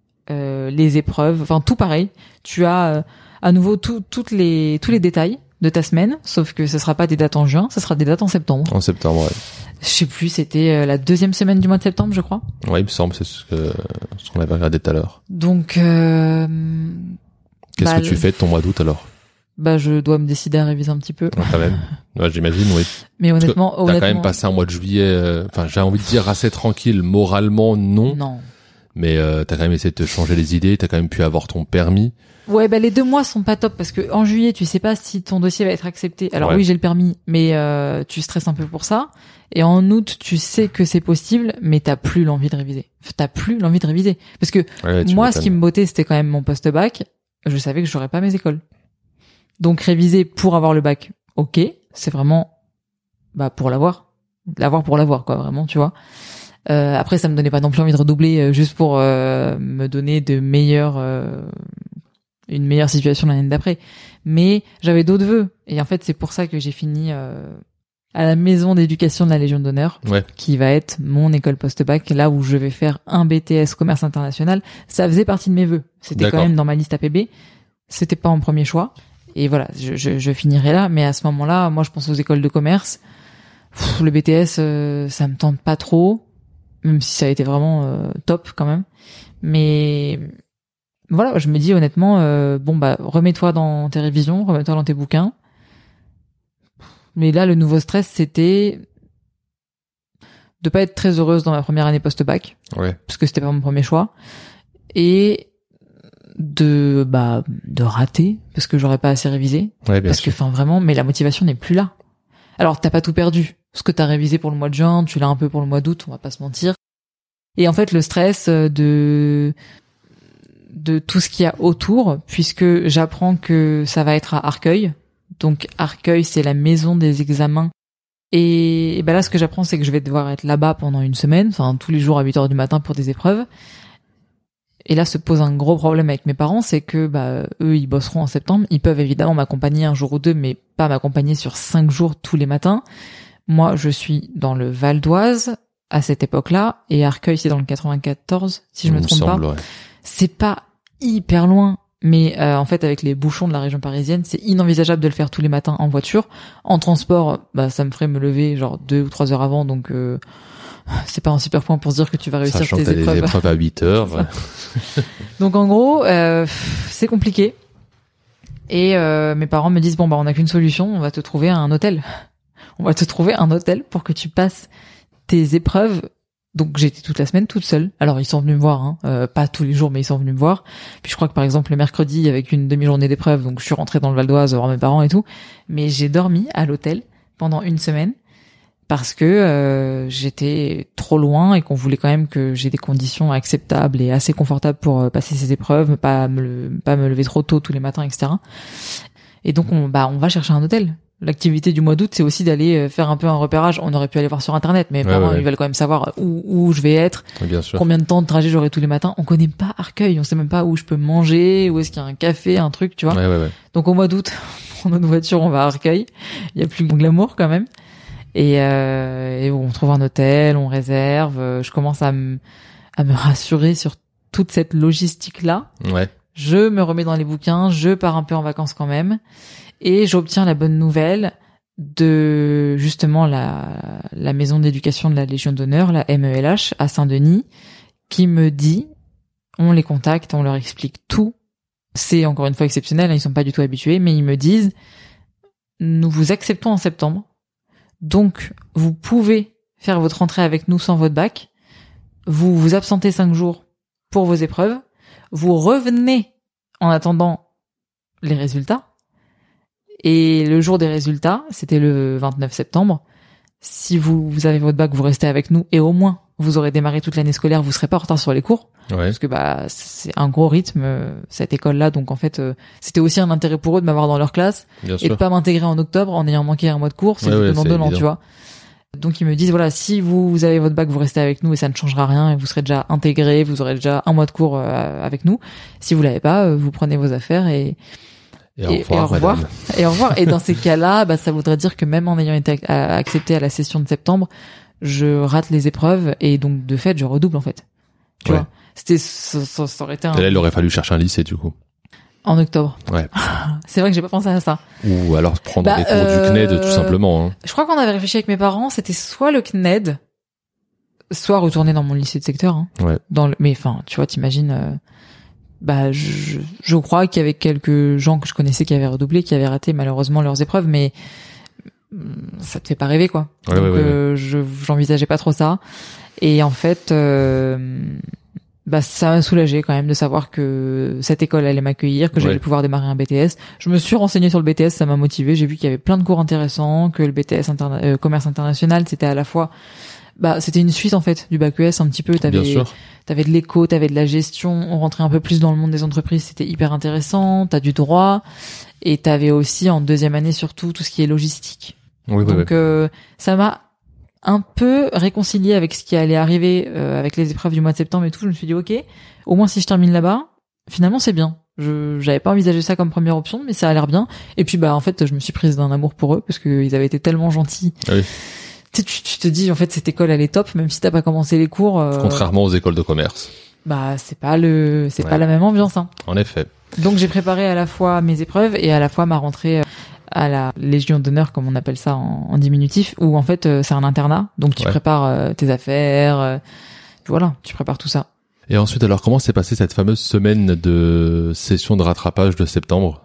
les épreuves, enfin tout pareil. Tu as à nouveau tous les détails de ta semaine, sauf que ce sera pas des dates en juin, ce sera des dates en septembre. En septembre, ouais. Je sais plus, c'était la 2e semaine du mois de septembre, je crois. Ouais, il me semble, c'est ce qu'on avait regardé tout à l'heure. Donc qu'est-ce que tu fais de ton mois d'août alors? Je dois me décider à réviser un petit peu. Ouais, quand même. Ouais, j'imagine, oui. Mais honnêtement, t'as quand même passé un mois de juillet, j'ai envie de dire assez tranquille, moralement, non. Non. Mais t'as quand même essayé de te changer les idées, t'as quand même pu avoir ton permis. Ouais, les 2 mois sont pas top parce que en juillet, tu sais pas si ton dossier va être accepté. Alors oui, j'ai le permis, mais tu stresses un peu pour ça. Et en août, tu sais que c'est possible, mais t'as plus l'envie de réviser. Parce que moi, ce qui me bottait, c'était quand même mon post-bac. Je savais que j'aurais pas mes écoles. Donc réviser pour avoir le bac, ok, c'est vraiment pour l'avoir quoi, vraiment, tu vois. Après, ça me donnait pas non plus envie de redoubler juste pour me donner une meilleure situation l'année d'après. Mais j'avais d'autres vœux. Et en fait, c'est pour ça que j'ai fini à la maison d'éducation de la Légion d'honneur, qui va être mon école post-bac, là où je vais faire un BTS commerce international. Ça faisait partie de mes vœux. C'était quand même dans ma liste APB. C'était pas mon premier choix. Et voilà, je finirai là. Mais à ce moment-là, moi, je pense aux écoles de commerce. Le BTS, ça me tente pas trop. Même si ça a été vraiment top quand même. Mais voilà, je me dis honnêtement, remets-toi dans tes révisions, remets-toi dans tes bouquins. Mais là, le nouveau stress, c'était de pas être très heureuse dans ma première année post-bac, parce que c'était pas mon premier choix, et de rater parce que j'aurais pas assez révisé, parce que vraiment, mais la motivation n'est plus là. Alors t'as pas tout perdu, ce que t'as révisé pour le mois de juin, tu l'as un peu pour le mois d'août, on va pas se mentir. Et en fait le stress de tout ce qu'il y a autour, puisque j'apprends que ça va être à Arcueil. Donc Arcueil, c'est la maison des examens. Et là, ce que j'apprends, c'est que je vais devoir être là-bas pendant une semaine, enfin tous les jours à 8h du matin pour des épreuves. Et là se pose un gros problème avec mes parents, c'est que eux, ils bosseront en septembre. Ils peuvent évidemment m'accompagner un jour ou deux, mais pas m'accompagner sur 5 jours tous les matins. Moi, je suis dans le Val d'Oise à cette époque-là, et Arcueil, c'est dans le 94, si je me trompe pas. Ouais. C'est pas hyper loin, mais en fait, avec les bouchons de la région parisienne, c'est inenvisageable de le faire tous les matins en voiture. En transport, ça me ferait me lever genre 2 ou 3 heures avant, donc c'est pas un super point pour se dire que tu vas réussir tes épreuves. Sachant que t'as des épreuves à 8 heures. Ouais. Donc en gros, c'est compliqué. Et mes parents me disent on n'a qu'une solution, on va te trouver un hôtel. On va te trouver un hôtel pour que tu passes tes épreuves. Donc j'étais toute la semaine toute seule. Alors ils sont venus me voir, pas tous les jours, mais ils sont venus me voir. Puis je crois que par exemple le mercredi avec une demi-journée d'épreuve, donc je suis rentrée dans le Val d'Oise voir mes parents et tout. Mais j'ai dormi à l'hôtel pendant une semaine parce que j'étais trop loin et qu'on voulait quand même que j'ai des conditions acceptables et assez confortables pour passer ces épreuves, pas me lever trop tôt tous les matins, etc. Et donc on va chercher un hôtel. L'activité du mois d'août, c'est aussi d'aller faire un peu un repérage. On aurait pu aller voir sur internet, mais mes parents, ils veulent quand même savoir où je vais être, combien de temps de trajet j'aurai tous les matins. On connaît pas Arcueil, on sait même pas où je peux manger, où est-ce qu'il y a un café, un truc, tu vois. Donc au mois d'août, on prend notre voiture, on va à Arcueil. Il y a plus de glamour quand même. Et on trouve un hôtel, on réserve. Je commence à me rassurer sur toute cette logistique-là. Ouais. Je me remets dans les bouquins, je pars un peu en vacances quand même. Et j'obtiens la bonne nouvelle de justement la maison d'éducation de la Légion d'honneur, la MELH, à Saint-Denis, qui me dit, on les contacte, on leur explique tout. C'est encore une fois exceptionnel, ils sont pas du tout habitués, mais ils me disent, nous vous acceptons en septembre, donc vous pouvez faire votre rentrée avec nous sans votre bac, vous vous absentez 5 jours pour vos épreuves, vous revenez en attendant les résultats. Et le jour des résultats, c'était le 29 septembre. Si vous avez votre bac, vous restez avec nous et au moins vous aurez démarré toute l'année scolaire, vous serez pas en retard sur les cours. Parce que c'est un gros rythme cette école-là, donc en fait c'était aussi un intérêt pour eux de m'avoir dans leur classe et de pas m'intégrer en octobre en ayant manqué un mois de cours, c'est dans 2 ans, tu vois. Donc ils me disent voilà, si vous avez votre bac, vous restez avec nous et ça ne changera rien et vous serez déjà intégré, vous aurez déjà un mois de cours avec nous. Si vous l'avez pas, vous prenez vos affaires et au revoir. Et au revoir. Et dans ces cas-là, ça voudrait dire que même en ayant été accepté à la session de septembre, je rate les épreuves et donc de fait, je redouble en fait. Tu vois, ça aurait été Et là, il aurait fallu chercher un lycée du coup. En octobre. Ouais. C'est vrai que j'ai pas pensé à ça. Ou alors prendre des cours du CNED tout simplement. Hein. Je crois qu'on avait réfléchi avec mes parents, c'était soit le CNED, soit retourner dans mon lycée de secteur. Hein. Ouais. Mais enfin, tu vois, t'imagines. Je crois qu'il y avait quelques gens que je connaissais qui avaient redoublé, qui avaient raté malheureusement leurs épreuves, mais ça te fait pas rêver quoi. Donc j'envisageais pas trop ça. Et en fait, ça m'a soulagé quand même de savoir que cette école allait m'accueillir, que j'allais pouvoir démarrer un BTS. Je me suis renseignée sur le BTS, ça m'a motivé. J'ai vu qu'il y avait plein de cours intéressants, que le BTS commerce international, c'était à la fois c'était une suite en fait du bac ES un petit peu. T'avais de l'éco, t'avais de la gestion, on rentrait un peu plus dans le monde des entreprises, c'était hyper intéressant. T'as du droit et t'avais aussi en 2e année surtout tout ce qui est logistique. Donc ça m'a un peu réconcilié avec ce qui allait arriver avec les épreuves du mois de septembre et tout. Je me suis dit ok, au moins si je termine là-bas, finalement c'est bien. J'avais pas envisagé ça comme première option, mais ça a l'air bien. Et puis en fait je me suis prise d'un amour pour eux parce qu'ils avaient été tellement gentils. Oui. Tu te dis en fait cette école elle est top même si t'as pas commencé les cours. Contrairement aux écoles de commerce. C'est pas la même ambiance. Hein. En effet. Donc j'ai préparé à la fois mes épreuves et à la fois ma rentrée à la Légion d'honneur comme on appelle ça en diminutif où en fait c'est un internat donc tu prépares tes affaires, tu prépares tout ça. Et ensuite alors comment s'est passée cette fameuse semaine de session de rattrapage de septembre?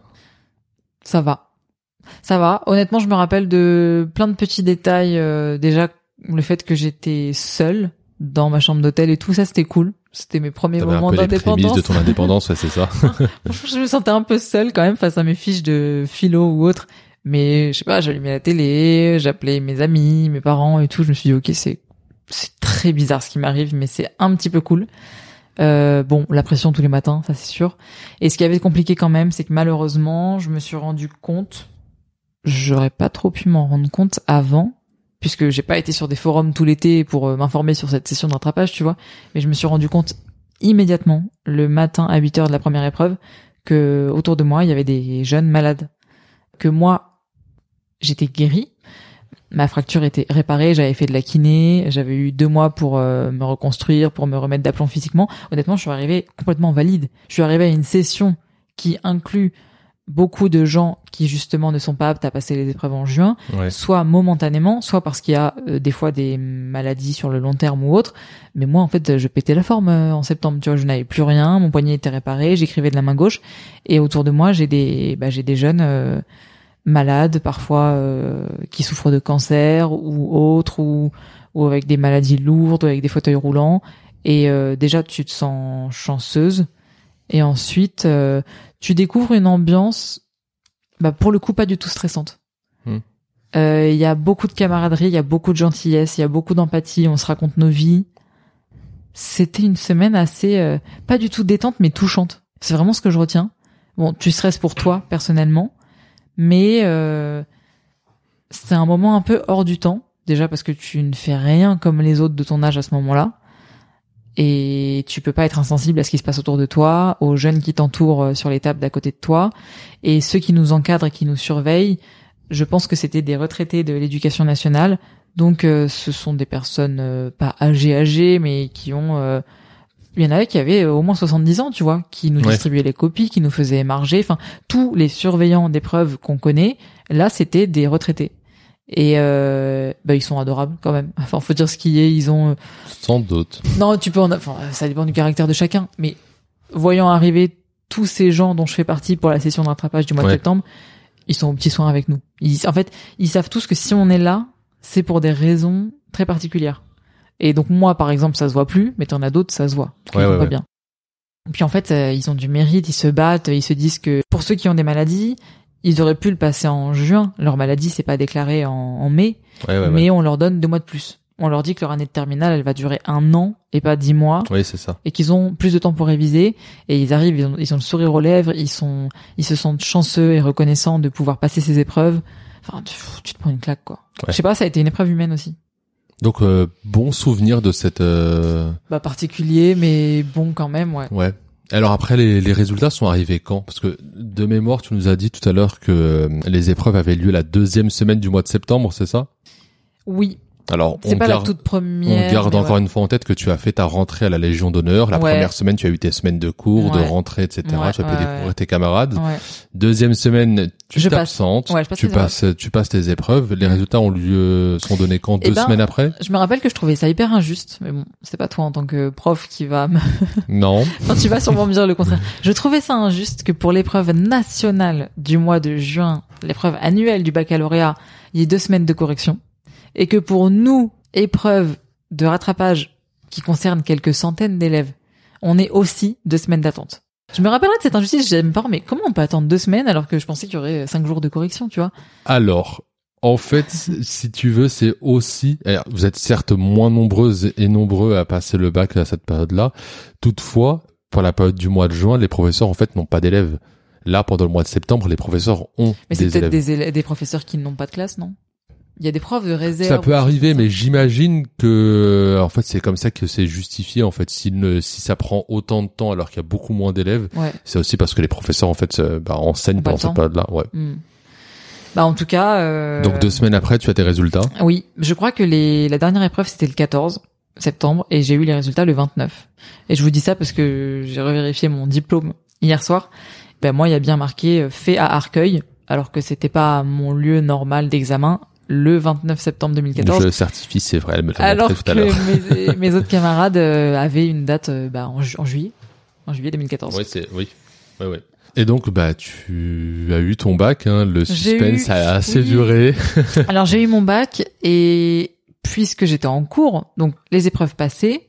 Ça va. Honnêtement, je me rappelle de plein de petits détails. Déjà, le fait que j'étais seule dans ma chambre d'hôtel et tout ça, c'était cool. C'était mes premiers moments d'indépendance. T'avais un peu les prémices de ton indépendance, ouais, c'est ça. Franchement, je me sentais un peu seule quand même face à mes fiches de philo ou autre. Mais je sais pas, j'allumais la télé, j'appelais mes amis, mes parents et tout. Je me suis dit, ok, c'est très bizarre ce qui m'arrive, mais c'est un petit peu cool. Bon, la pression tous les matins, ça c'est sûr. Et ce qui avait compliqué quand même, c'est que malheureusement, je me suis rendu compte, j'aurais pas trop pu m'en rendre compte avant, puisque j'ai pas été sur des forums tout l'été pour m'informer sur cette session de rattrapage, tu vois. Mais je me suis rendu compte immédiatement, le matin à 8h de la première épreuve, que autour de moi, il y avait des jeunes malades. Que moi, j'étais guérie. Ma fracture était réparée, j'avais fait de la kiné, j'avais eu 2 mois pour me reconstruire, pour me remettre d'aplomb physiquement. Honnêtement, je suis arrivée complètement valide. Je suis arrivée à une session qui inclut beaucoup de gens qui justement ne sont pas aptes à passer les épreuves en juin, soit momentanément, soit parce qu'il y a des fois des maladies sur le long terme ou autre. Mais moi, en fait, je pétais la forme en septembre. Tu vois, je n'avais plus rien, mon poignet était réparé, j'écrivais de la main gauche, et autour de moi, j'ai des jeunes malades parfois qui souffrent de cancer ou autres, ou avec des maladies lourdes, avec des fauteuils roulants. Et déjà, tu te sens chanceuse. Et ensuite, tu découvres une ambiance, pour le coup, pas du tout stressante. Il y a beaucoup de camaraderie, il y a beaucoup de gentillesse, il y a beaucoup d'empathie, on se raconte nos vies. C'était une semaine assez, pas du tout détente, mais touchante. C'est vraiment ce que je retiens. Bon, tu stresses pour toi, personnellement, mais c'est un moment un peu hors du temps. Déjà parce que tu ne fais rien comme les autres de ton âge à ce moment-là. Et tu peux pas être insensible à ce qui se passe autour de toi, aux jeunes qui t'entourent sur les tables d'à côté de toi, et ceux qui nous encadrent et qui nous surveillent. Je pense que c'était des retraités de l'éducation nationale, donc ce sont des personnes pas âgées, mais qui ont... il y en avait qui avaient au moins 70 ans, tu vois, qui nous distribuaient les copies, qui nous faisaient émarger, enfin, tous les surveillants d'épreuves qu'on connaît, là, c'était des retraités. Et ils sont adorables quand même. Enfin, faut dire ce qui est, ils ont sans doute. Non, tu peux enfin ça dépend du caractère de chacun, mais voyant arriver tous ces gens dont je fais partie pour la session de rattrapage du mois de septembre, ils sont aux petits soins avec nous. En fait, ils savent tous que si on est là, c'est pour des raisons très particulières. Et donc moi par exemple, ça se voit plus, mais t'en as d'autres, ça se voit. Pas bien. Puis en fait, ils ont du mérite, ils se battent, ils se disent que pour ceux qui ont des maladies, ils auraient pu le passer en juin. Leur maladie, c'est pas déclaré en mai, mais on leur donne 2 mois de plus. On leur dit que leur année de terminale, elle va durer 1 an et pas 10 mois. Oui, c'est ça. Et qu'ils ont plus de temps pour réviser. Et ils arrivent, ils ont le sourire aux lèvres, ils se sentent chanceux et reconnaissants de pouvoir passer ces épreuves. Enfin, tu te prends une claque, quoi. Je sais pas, ça a été une épreuve humaine aussi. Donc, bon souvenir de cette... particulier, mais bon quand même, Ouais. Alors après, les résultats sont arrivés quand? Parce que de mémoire, tu nous as dit tout à l'heure que les épreuves avaient lieu la 2e semaine du mois de septembre, c'est ça? Oui. Alors, c'est pas la toute première. On garde encore une fois en tête que tu as fait ta rentrée à la Légion d'honneur. La première semaine, tu as eu tes semaines de cours, de rentrée, etc. Tu as pu découvrir tes camarades. 2e semaine, tu t'absentes. Tu passes tes épreuves. Les résultats sont donnés quand? 2 semaines après? Je me rappelle que je trouvais ça hyper injuste. Mais bon, c'est pas toi en tant que prof qui va me... Non. Non, tu vas sûrement me dire le contraire. Je trouvais ça injuste que pour l'épreuve nationale du mois de juin, l'épreuve annuelle du baccalauréat, il y ait 2 semaines de correction. Et que pour nous, épreuve de rattrapage qui concerne quelques centaines d'élèves, on est aussi 2 semaines d'attente. Je me rappellerai de cette injustice, j'aime pas, mais comment on peut attendre 2 semaines alors que je pensais qu'il y aurait 5 jours de correction, tu vois? Alors, en fait, si tu veux, c'est aussi... Alors, vous êtes certes moins nombreuses et nombreux à passer le bac à cette période-là. Toutefois, pour la période du mois de juin, les professeurs, en fait, n'ont pas d'élèves. Là, pendant le mois de septembre, les professeurs ont mais des élèves. Mais c'est peut-être des professeurs qui n'ont pas de classe, non? Il y a des profs de réserve. Ça peut arriver, mais j'imagine que, en fait, c'est comme ça que c'est justifié, en fait. Si ça prend autant de temps alors qu'il y a beaucoup moins d'élèves, c'est aussi parce que les professeurs, en fait, enseignent pendant cette période-là, en tout cas, Donc 2 semaines après, tu as tes résultats? Oui. Je crois que la dernière épreuve, c'était le 14 septembre et j'ai eu les résultats le 29. Et je vous dis ça parce que j'ai revérifié mon diplôme hier soir. Moi, il y a bien marqué fait à Arcueil, alors que c'était pas mon lieu normal d'examen. Le 29 septembre 2014. Je le certifie, c'est vrai, elle me l'a montré tout à l'heure. Alors que mes autres camarades avaient une date en juillet. En juillet 2014. Oui. Et donc, tu as eu ton bac, hein, le suspense a assez duré. Alors, j'ai eu mon bac et puisque j'étais en cours, donc les épreuves passées,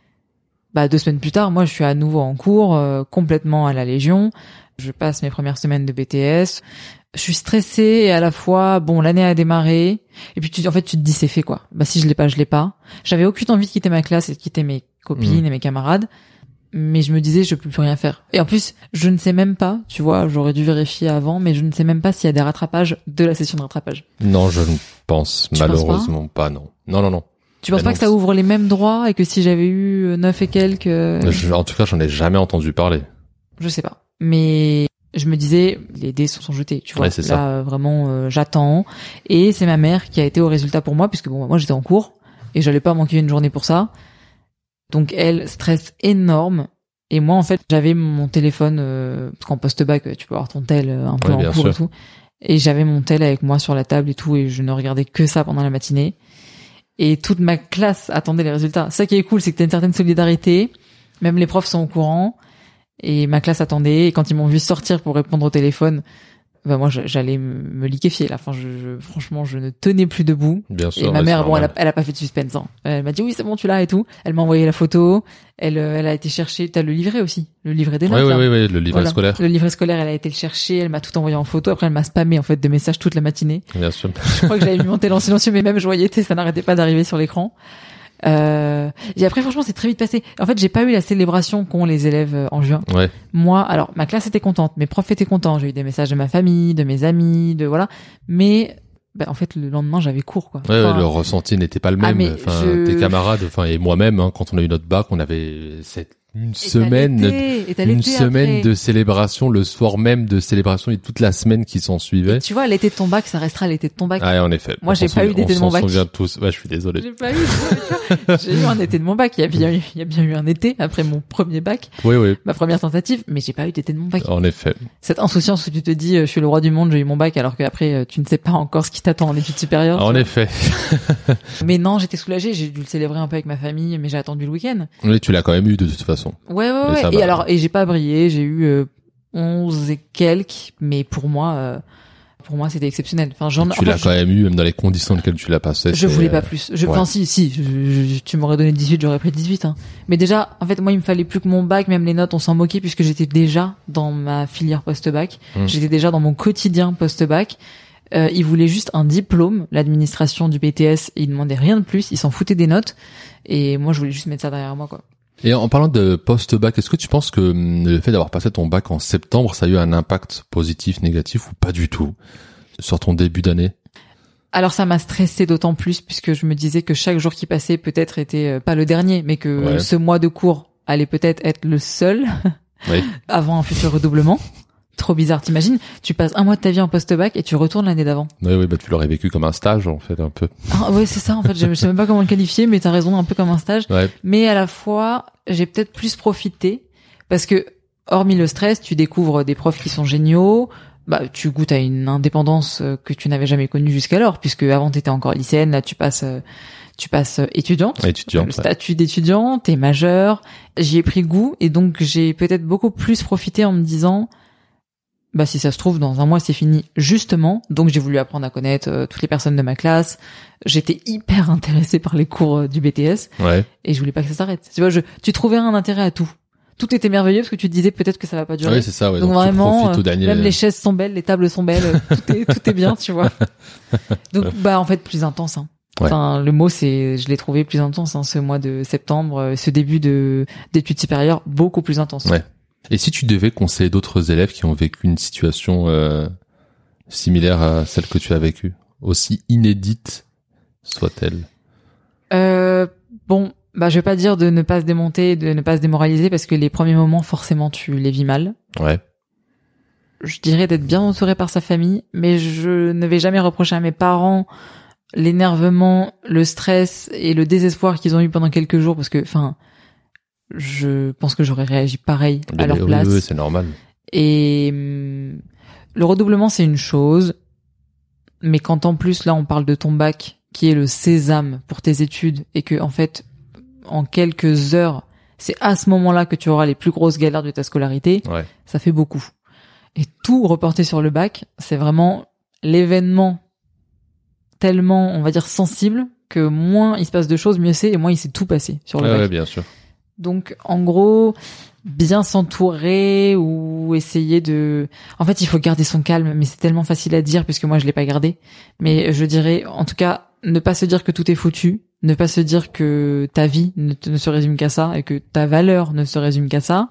2 semaines plus tard, moi je suis à nouveau en cours, complètement à la Légion. Je passe mes premières semaines de BTS. Je suis stressée et à la fois, l'année a démarré. Et puis tu te dis c'est fait quoi. Si je l'ai pas, je l'ai pas. J'avais aucune envie de quitter ma classe et de quitter mes copines et mes camarades. Mais je me disais, je peux plus rien faire. Et en plus, je ne sais même pas, tu vois, j'aurais dû vérifier avant, mais je ne sais même pas s'il y a des rattrapages de la session de rattrapage. Non, je ne pense malheureusement pas, non. Non. Tu penses pas que ça ouvre les mêmes droits et que si j'avais eu 9 et quelques... En tout cas, j'en ai jamais entendu parler. Je sais pas. Mais je me disais, les dés sont jetés, tu vois. Ouais, c'est là, vraiment, j'attends. Et c'est ma mère qui a été au résultat pour moi, puisque moi j'étais en cours et j'allais pas manquer une journée pour ça. Donc elle, stress énorme. Et moi, en fait, j'avais mon téléphone, parce qu'en post-bac, tu peux avoir ton tel un peu en cours sûr. Et tout. Et j'avais mon tel avec moi sur la table et tout, et je ne regardais que ça pendant la matinée. Et toute ma classe attendait les résultats. Ça qui est cool, c'est que t'as une certaine solidarité. Même les profs sont au courant. Et ma classe attendait. Et quand ils m'ont vu sortir pour répondre au téléphone, moi j'allais me liquéfier là. Enfin, franchement, je ne tenais plus debout. Bien sûr. Et ma mère, elle a pas fait de suspense. Hein. Elle m'a dit oui, c'est bon, tu l'as et tout. Elle m'a envoyé la photo. Elle a été chercher. T'as le livret aussi, le livret des notes. Oui, le livret scolaire. Le livret scolaire, elle a été le chercher. Elle m'a tout envoyé en photo. Après, elle m'a spammé en fait de messages toute la matinée. Bien sûr. Je crois que j'avais mis mon tel en silencieux, mais même je voyais, ça n'arrêtait pas d'arriver sur l'écran. Et après, franchement, c'est très vite passé. En fait, j'ai pas eu la célébration qu'ont les élèves en juin. Ouais. Moi, alors, ma classe était contente, mes profs étaient contents, j'ai eu des messages de ma famille, de mes amis, mais, en fait, le lendemain, j'avais cours, quoi. Ouais, le ressenti n'était pas le même. Tes camarades, et moi-même, quand on a eu notre bac, on avait une semaine de célébration, le soir même de célébration et toute la semaine qui s'en suivait. Et tu vois, l'été de ton bac, ça restera l'été de ton bac. Ah, en effet. Moi, j'ai pas eu d'été de mon bac. On s'en souvient tous. Ouais, je suis désolé. J'ai pas eu. J'ai eu un été de mon bac. Il y a bien eu un été après mon premier bac. Oui. Ma première tentative, mais j'ai pas eu d'été de mon bac. En effet. Cette insouciance où tu te dis, je suis le roi du monde, j'ai eu mon bac, alors qu'après, tu ne sais pas encore ce qui t'attend en études supérieures. En effet. Mais non, j'étais soulagée. J'ai dû le célébrer un peu avec ma famille, mais j'ai attendu le week-end. Oui, tu l'as quand même eu de toute façon. Ouais. Et j'ai pas brillé, j'ai eu 11 et quelques, mais pour moi c'était exceptionnel. Enfin, tu l'as quand même eu, même dans les conditions dans lesquelles tu l'as passé. Je voulais pas plus. Enfin, tu m'aurais donné 18, j'aurais pris 18, hein. Mais déjà, en fait, moi, il me fallait plus que mon bac, même les notes, on s'en moquait puisque j'étais déjà dans ma filière post-bac. J'étais déjà dans mon quotidien post-bac. Ils voulaient juste un diplôme, l'administration du BTS, ils demandaient rien de plus, ils s'en foutaient des notes. Et moi, je voulais juste mettre ça derrière moi, quoi. Et en parlant de post-bac, est-ce que tu penses que le fait d'avoir passé ton bac en septembre, ça a eu un impact positif, négatif ou pas du tout sur ton début d'année? Alors ça m'a stressé d'autant plus puisque je me disais que chaque jour qui passait peut-être était pas le dernier, mais que ce mois de cours allait peut-être être le seul avant un futur redoublement. Trop bizarre, t'imagines? Tu passes un mois de ta vie en post-bac et tu retournes l'année d'avant. Oui, tu l'aurais vécu comme un stage, en fait, un peu. Ah, ouais, c'est ça, en fait. Je sais même pas comment le qualifier, mais t'as raison, un peu comme un stage. Ouais. Mais à la fois, j'ai peut-être plus profité parce que, hormis le stress, tu découvres des profs qui sont géniaux. Tu goûtes à une indépendance que tu n'avais jamais connue jusqu'alors, puisque avant t'étais encore lycéenne, là tu passes étudiante. Le statut d'étudiant, t'es majeur. J'y ai pris goût et donc j'ai peut-être beaucoup plus profité en me disant, si ça se trouve, dans un mois, c'est fini, justement. Donc, j'ai voulu apprendre à connaître toutes les personnes de ma classe. J'étais hyper intéressée par les cours du BTS. Ouais. Et je voulais pas que ça s'arrête. Tu vois, tu trouvais un intérêt à tout. Tout était merveilleux parce que tu te disais peut-être que ça va pas durer. Oui, c'est ça, ouais. Donc vraiment, même les chaises sont belles, les tables sont belles, tout est bien, tu vois. Donc, en fait, plus intense, hein. Ouais. Enfin, le mot, je l'ai trouvé plus intense, hein, ce mois de septembre, ce début d'études supérieures, beaucoup plus intense. Ouais. Et si tu devais conseiller d'autres élèves qui ont vécu une situation similaire à celle que tu as vécue, aussi inédite soit-elle? Je vais pas dire de ne pas se démonter, de ne pas se démoraliser, parce que les premiers moments, forcément, tu les vis mal. Ouais. Je dirais d'être bien entouré par sa famille, mais je ne vais jamais reprocher à mes parents l'énervement, le stress et le désespoir qu'ils ont eu pendant quelques jours, parce que, je pense que j'aurais réagi pareil à leur place. Oui, c'est normal. Et le redoublement, c'est une chose, mais quand en plus, là, on parle de ton bac, qui est le sésame pour tes études, et que, en fait, en quelques heures, c'est à ce moment-là que tu auras les plus grosses galères de ta scolarité, ça fait beaucoup. Et tout reporter sur le bac, c'est vraiment l'événement tellement, on va dire, sensible, que moins il se passe de choses, mieux c'est, et moins il s'est tout passé sur le bac. Ouais, bien sûr. Donc, en gros, bien s'entourer ou essayer de... En fait, il faut garder son calme, mais c'est tellement facile à dire puisque moi, je l'ai pas gardé. Mais je dirais, en tout cas, ne pas se dire que tout est foutu, ne pas se dire que ta vie ne se résume qu'à ça et que ta valeur ne se résume qu'à ça.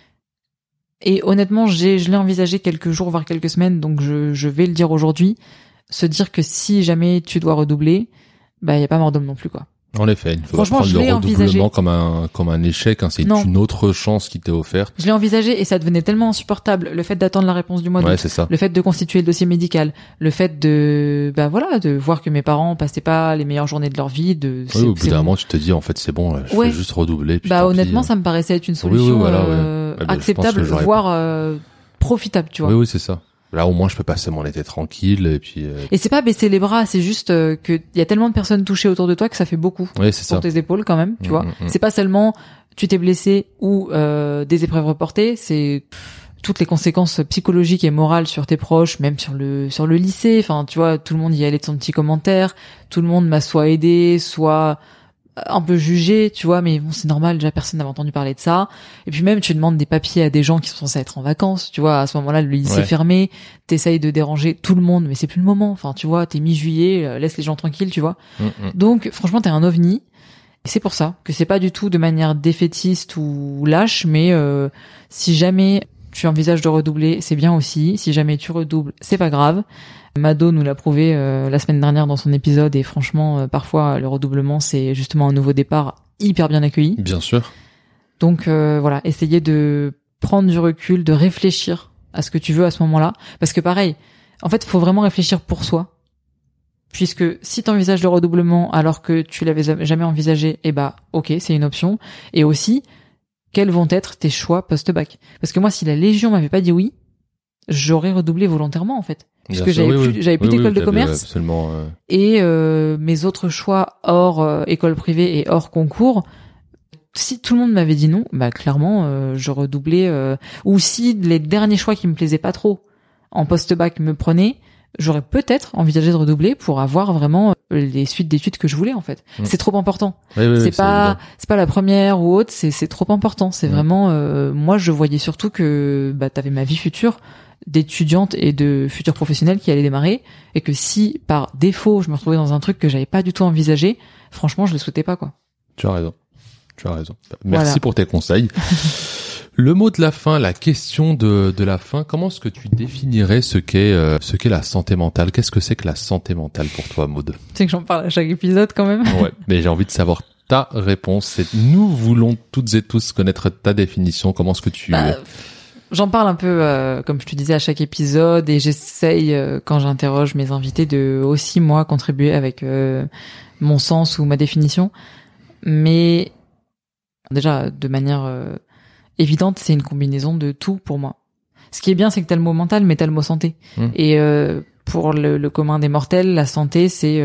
Et honnêtement, je l'ai envisagé quelques jours, voire quelques semaines, donc je vais le dire aujourd'hui. Se dire que si jamais tu dois redoubler, bah, y a pas mort d'homme non plus, quoi. En effet, il faut Franchement, prendre je le l'ai redoublement envisagé. comme un échec, hein, c'est une autre chance qui t'est offerte. Je l'ai envisagé et ça devenait tellement insupportable. Le fait d'attendre la réponse du mois d'août, c'est ça. Le fait de constituer le dossier médical, le fait de, de voir que mes parents passaient pas les meilleures journées de leur vie, au bout d'un moment, tu te dis, en fait, c'est bon, je vais juste redoubler. Puis honnêtement, ça me paraissait être une solution, acceptable, voire, profitable, tu vois. Oui, c'est ça. Là, au moins, je peux passer mon été tranquille et puis. Et c'est pas baisser les bras, c'est juste que il y a tellement de personnes touchées autour de toi que ça fait beaucoup pour tes épaules quand même, tu vois. C'est pas seulement tu t'es blessé ou des épreuves reportées, c'est toutes les conséquences psychologiques et morales sur tes proches, même sur le lycée. Enfin, tu vois, tout le monde y allait de son petit commentaire, tout le monde m'a soit aidé, soit un peu jugé, tu vois, mais bon, c'est normal, déjà personne n'avait entendu parler de ça. Et puis même, tu demandes des papiers à des gens qui sont censés être en vacances, tu vois, à ce moment-là, le lycée est fermé, t'essayes de déranger tout le monde, mais c'est plus le moment. Enfin, tu vois, t'es mi-juillet, laisse les gens tranquilles, tu vois. Donc, franchement, t'es un ovni. Et c'est pour ça que c'est pas du tout de manière défaitiste ou lâche, mais si jamais tu envisages de redoubler, c'est bien aussi. Si jamais tu redoubles, c'est pas grave. Mado nous l'a prouvé la semaine dernière dans son épisode et franchement, parfois le redoublement c'est justement un nouveau départ hyper bien accueilli. Bien sûr. Donc voilà, essayez de prendre du recul, de réfléchir à ce que tu veux à ce moment-là, parce que pareil, en fait, faut vraiment réfléchir pour soi. Puisque si tu envisages le redoublement alors que tu l'avais jamais envisagé, ok, c'est une option. Et aussi, quels vont être tes choix post-bac? Parce que moi, si la Légion m'avait pas dit oui, j'aurais redoublé volontairement en fait. Puisque j'avais plus d'école de commerce. Absolument, Et mes autres choix hors école privée et hors concours, si tout le monde m'avait dit non, clairement je redoublais. Ou si les derniers choix qui me plaisaient pas trop en post-bac me prenaient, j'aurais peut-être envisagé de redoubler pour avoir vraiment les suites d'études que je voulais en fait. C'est trop important. C'est pas la première ou autre, c'est trop important. C'est vraiment moi je voyais surtout que t'avais ma vie future d'étudiante et de futurs professionnels qui allaient démarrer et que si par défaut je me retrouvais dans un truc que j'avais pas du tout envisagé, franchement je le souhaitais pas quoi. Tu as raison. Merci pour tes conseils. Le mot de la fin, la question de la fin, comment est-ce que tu définirais ce qu'est la santé mentale? Qu'est-ce que c'est que la santé mentale pour toi, Maud? Tu sais que j'en parle à chaque épisode quand même. Ouais, mais j'ai envie de savoir ta réponse. Nous voulons toutes et tous connaître ta définition. Comment est-ce que tu... J'en parle un peu, comme je te disais, à chaque épisode et j'essaye, quand j'interroge mes invités, de aussi, moi, contribuer avec mon sens ou ma définition. Mais déjà, de manière évidente, c'est une combinaison de tout pour moi. Ce qui est bien, c'est que t'as le mot mental, mais t'as le mot santé. Et pour le commun des mortels, la santé, c'est...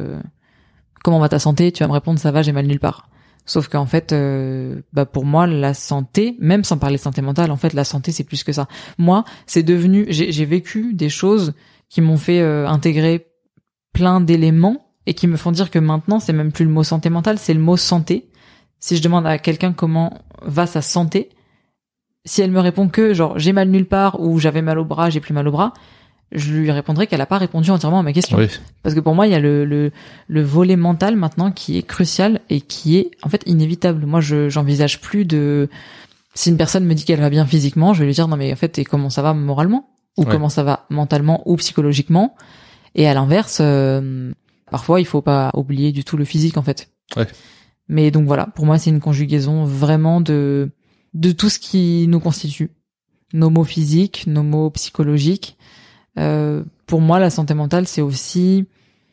comment va ta santé? Tu vas me répondre, ça va, j'ai mal nulle part. Sauf qu'en fait, pour moi, la santé, même sans parler de santé mentale, en fait, la santé, c'est plus que ça. Moi, c'est devenu... J'ai vécu des choses qui m'ont fait intégrer plein d'éléments et qui me font dire que maintenant, c'est même plus le mot santé mentale, c'est le mot santé. Si je demande à quelqu'un comment va sa santé, si elle me répond que genre j'ai mal nulle part ou j'avais mal au bras, j'ai plus mal au bras, je lui répondrai qu'elle a pas répondu entièrement à ma question. Oui. Parce que pour moi, il y a le volet mental maintenant qui est crucial et qui est en fait inévitable. Moi, j'envisage plus de... Si une personne me dit qu'elle va bien physiquement, je vais lui dire non mais en fait, et comment ça va moralement? Ou comment ça va mentalement ou psychologiquement? Et à l'inverse, parfois, il faut pas oublier du tout le physique en fait. Ouais. Mais donc voilà, pour moi, c'est une conjugaison vraiment de tout ce qui nous constitue. Nos mots physiques, nos mots psychologiques. Pour moi, la santé mentale, c'est aussi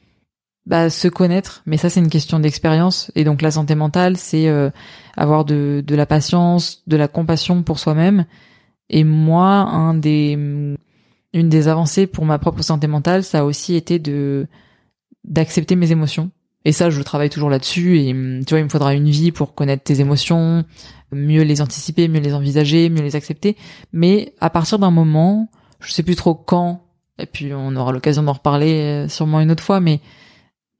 se connaître. Mais ça, c'est une question d'expérience. Et donc, la santé mentale, c'est avoir de la patience, de la compassion pour soi-même. Et moi, une des avancées pour ma propre santé mentale, ça a aussi été d'accepter mes émotions. Et ça, je travaille toujours là-dessus. Et tu vois, il me faudra une vie pour connaître tes émotions, mieux les anticiper, mieux les envisager, mieux les accepter. Mais à partir d'un moment, je sais plus trop quand, et puis on aura l'occasion d'en reparler sûrement une autre fois, mais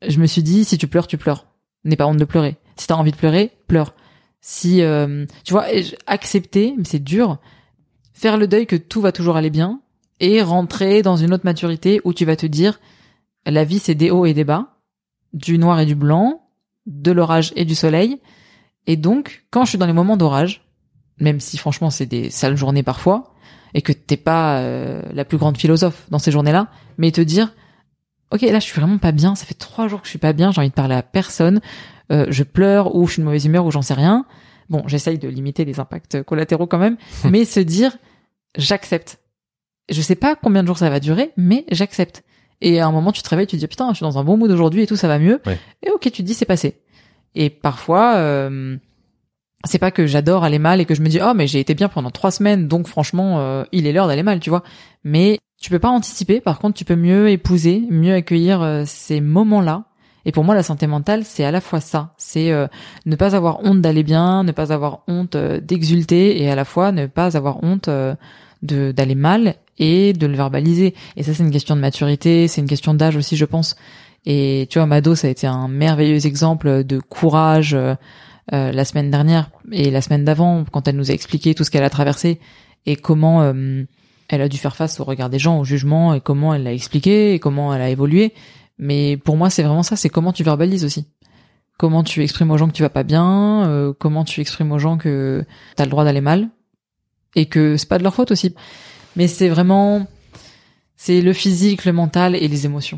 je me suis dit, si tu pleures, tu pleures. N'aie pas honte de pleurer. Si t'as envie de pleurer, pleure. Si, tu vois, accepter, mais c'est dur, faire le deuil que tout va toujours aller bien et rentrer dans une autre maturité où tu vas te dire, la vie c'est des hauts et des bas, du noir et du blanc, de l'orage et du soleil. Et donc, quand je suis dans les moments d'orage, même si franchement c'est des sales journées parfois, et que t'es pas la plus grande philosophe dans ces journées-là, mais te dire, ok, là je suis vraiment pas bien, ça fait 3 jours que je suis pas bien, j'ai envie de parler à personne, je pleure ou je suis de mauvaise humeur ou j'en sais rien. Bon, j'essaye de limiter les impacts collatéraux quand même, mais se dire, j'accepte. Je sais pas combien de jours ça va durer, mais j'accepte. Et à un moment, tu te réveilles, tu te dis, putain, je suis dans un bon mood aujourd'hui et tout, ça va mieux. Ouais. Et ok, tu te dis, c'est passé. Et parfois, c'est pas que j'adore aller mal et que je me dis, oh, mais j'ai été bien pendant 3 semaines, donc franchement, il est l'heure d'aller mal, tu vois. Mais tu peux pas anticiper. Par contre, tu peux mieux épouser, mieux accueillir ces moments-là. Et pour moi, la santé mentale, c'est à la fois ça. C'est ne pas avoir honte d'aller bien, ne pas avoir honte d'exulter et à la fois ne pas avoir honte d'aller mal et de le verbaliser. Et ça, c'est une question de maturité, c'est une question d'âge aussi, je pense. Et tu vois, Mado, ça a été un merveilleux exemple de courage la semaine dernière et la semaine d'avant, quand elle nous a expliqué tout ce qu'elle a traversé et comment elle a dû faire face au regard des gens, au jugement, et comment elle l'a expliqué et comment elle a évolué. Mais pour moi, c'est vraiment ça, c'est comment tu verbalises aussi. Comment tu exprimes aux gens que tu vas pas bien, comment tu exprimes aux gens que t'as le droit d'aller mal, et que c'est pas de leur faute aussi. Mais c'est vraiment, c'est le physique, le mental et les émotions.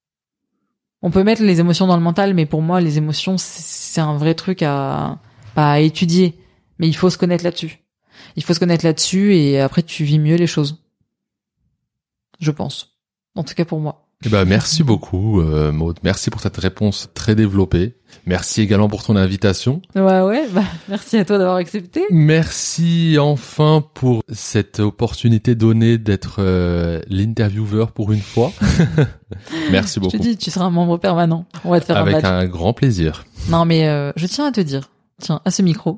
On peut mettre les émotions dans le mental, mais pour moi, les émotions, c'est un vrai truc pas à étudier. Mais il faut se connaître là-dessus. Il faut se connaître là-dessus et après, tu vis mieux les choses. Je pense. En tout cas pour moi. Eh ben, merci beaucoup, Maud. Merci pour cette réponse très développée. Merci également pour ton invitation. Ouais, merci à toi d'avoir accepté. Merci enfin pour cette opportunité donnée d'être l'intervieweur pour une fois. Merci beaucoup. Je te dis, tu seras un membre permanent. On va te faire un badge. Avec un grand plaisir. Non, mais je tiens à te dire, à ce micro,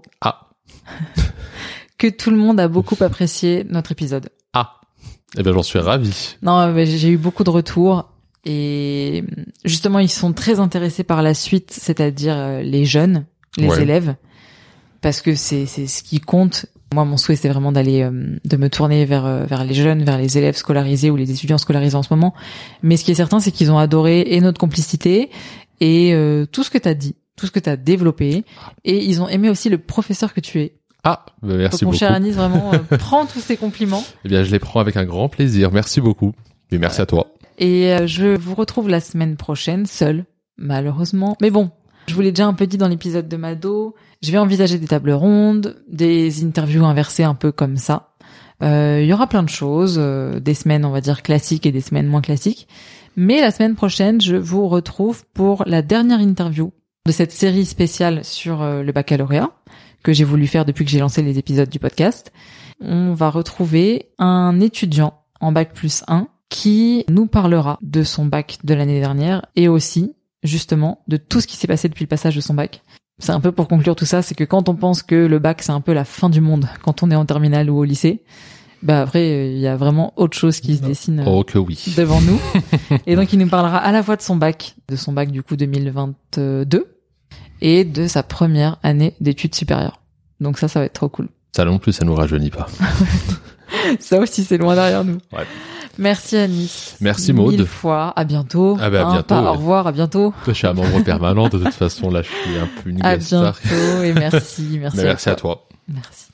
que tout le monde a beaucoup apprécié notre épisode. Eh ben, j'en suis ravi. Non, mais j'ai eu beaucoup de retours. Et justement, ils sont très intéressés par la suite, c'est-à-dire les jeunes, les élèves, parce que c'est ce qui compte. Moi, mon souhait, c'est vraiment de me tourner vers les jeunes, vers les élèves scolarisés ou les étudiants scolarisés en ce moment. Mais ce qui est certain, c'est qu'ils ont adoré et notre complicité et tout ce que t'as dit, tout ce que t'as développé, et ils ont aimé aussi le professeur que tu es. Merci donc, beaucoup. Mon cher Anis, vraiment, prends tous ces compliments. Eh bien, je les prends avec un grand plaisir. Merci beaucoup. Et merci à toi. Et je vous retrouve la semaine prochaine, seule, malheureusement. Mais bon, je vous l'ai déjà un peu dit dans l'épisode de Mado, je vais envisager des tables rondes, des interviews inversées un peu comme ça. Il y aura plein de choses, des semaines, on va dire, classiques et des semaines moins classiques. Mais la semaine prochaine, je vous retrouve pour la dernière interview de cette série spéciale sur le baccalauréat, que j'ai voulu faire depuis que j'ai lancé les épisodes du podcast. On va retrouver un étudiant en bac+1 qui nous parlera de son bac de l'année dernière et aussi, justement, de tout ce qui s'est passé depuis le passage de son bac. C'est un peu pour conclure tout ça, c'est que quand on pense que le bac, c'est un peu la fin du monde quand on est en terminale ou au lycée, après, il y a vraiment autre chose qui se dessine devant nous. Et donc, il nous parlera à la fois de son bac du coup 2022, et de sa première année d'études supérieures. Donc ça va être trop cool. Ça non plus, ça nous rajeunit pas. Ça aussi, c'est loin derrière nous. Ouais. Merci Anis. Merci Maud. 1000 fois. À bientôt. À bientôt. Pas au revoir, à bientôt. Je suis un membre permanent. De toute façon, là, je suis un peu une guest star. À bientôt et merci. Merci à toi. Merci.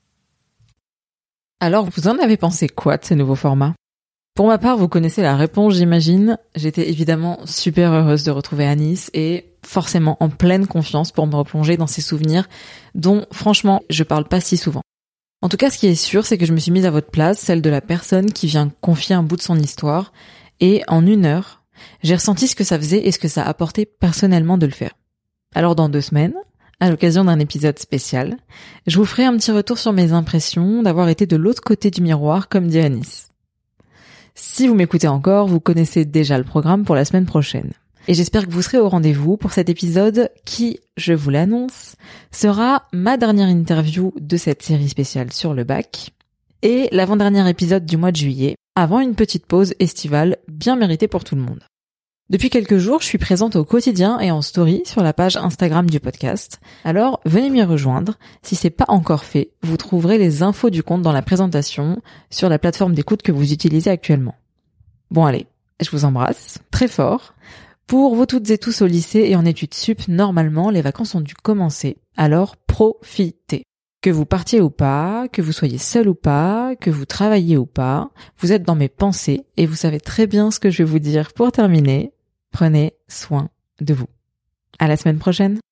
Alors, vous en avez pensé quoi de ce nouveau format ? Pour ma part, vous connaissez la réponse, j'imagine. J'étais évidemment super heureuse de retrouver Anis et forcément en pleine confiance pour me replonger dans ses souvenirs dont, franchement, je parle pas si souvent. En tout cas, ce qui est sûr, c'est que je me suis mise à votre place, celle de la personne qui vient confier un bout de son histoire, et en 1 heure, j'ai ressenti ce que ça faisait et ce que ça apportait personnellement de le faire. Alors dans 2 semaines, à l'occasion d'un épisode spécial, je vous ferai un petit retour sur mes impressions d'avoir été de l'autre côté du miroir, comme dit Anis. Si vous m'écoutez encore, vous connaissez déjà le programme pour la semaine prochaine. Et j'espère que vous serez au rendez-vous pour cet épisode qui, je vous l'annonce, sera ma dernière interview de cette série spéciale sur le bac et l'avant-dernier épisode du mois de juillet, avant une petite pause estivale bien méritée pour tout le monde. Depuis quelques jours, je suis présente au quotidien et en story sur la page Instagram du podcast. Alors, venez m'y rejoindre. Si c'est pas encore fait, vous trouverez les infos du compte dans la présentation sur la plateforme d'écoute que vous utilisez actuellement. Bon allez, je vous embrasse très fort. Pour vous toutes et tous au lycée et en études sup, normalement, les vacances ont dû commencer. Alors, profitez. Que vous partiez ou pas, que vous soyez seul ou pas, que vous travailliez ou pas, vous êtes dans mes pensées et vous savez très bien ce que je vais vous dire pour terminer. Prenez soin de vous. À la semaine prochaine.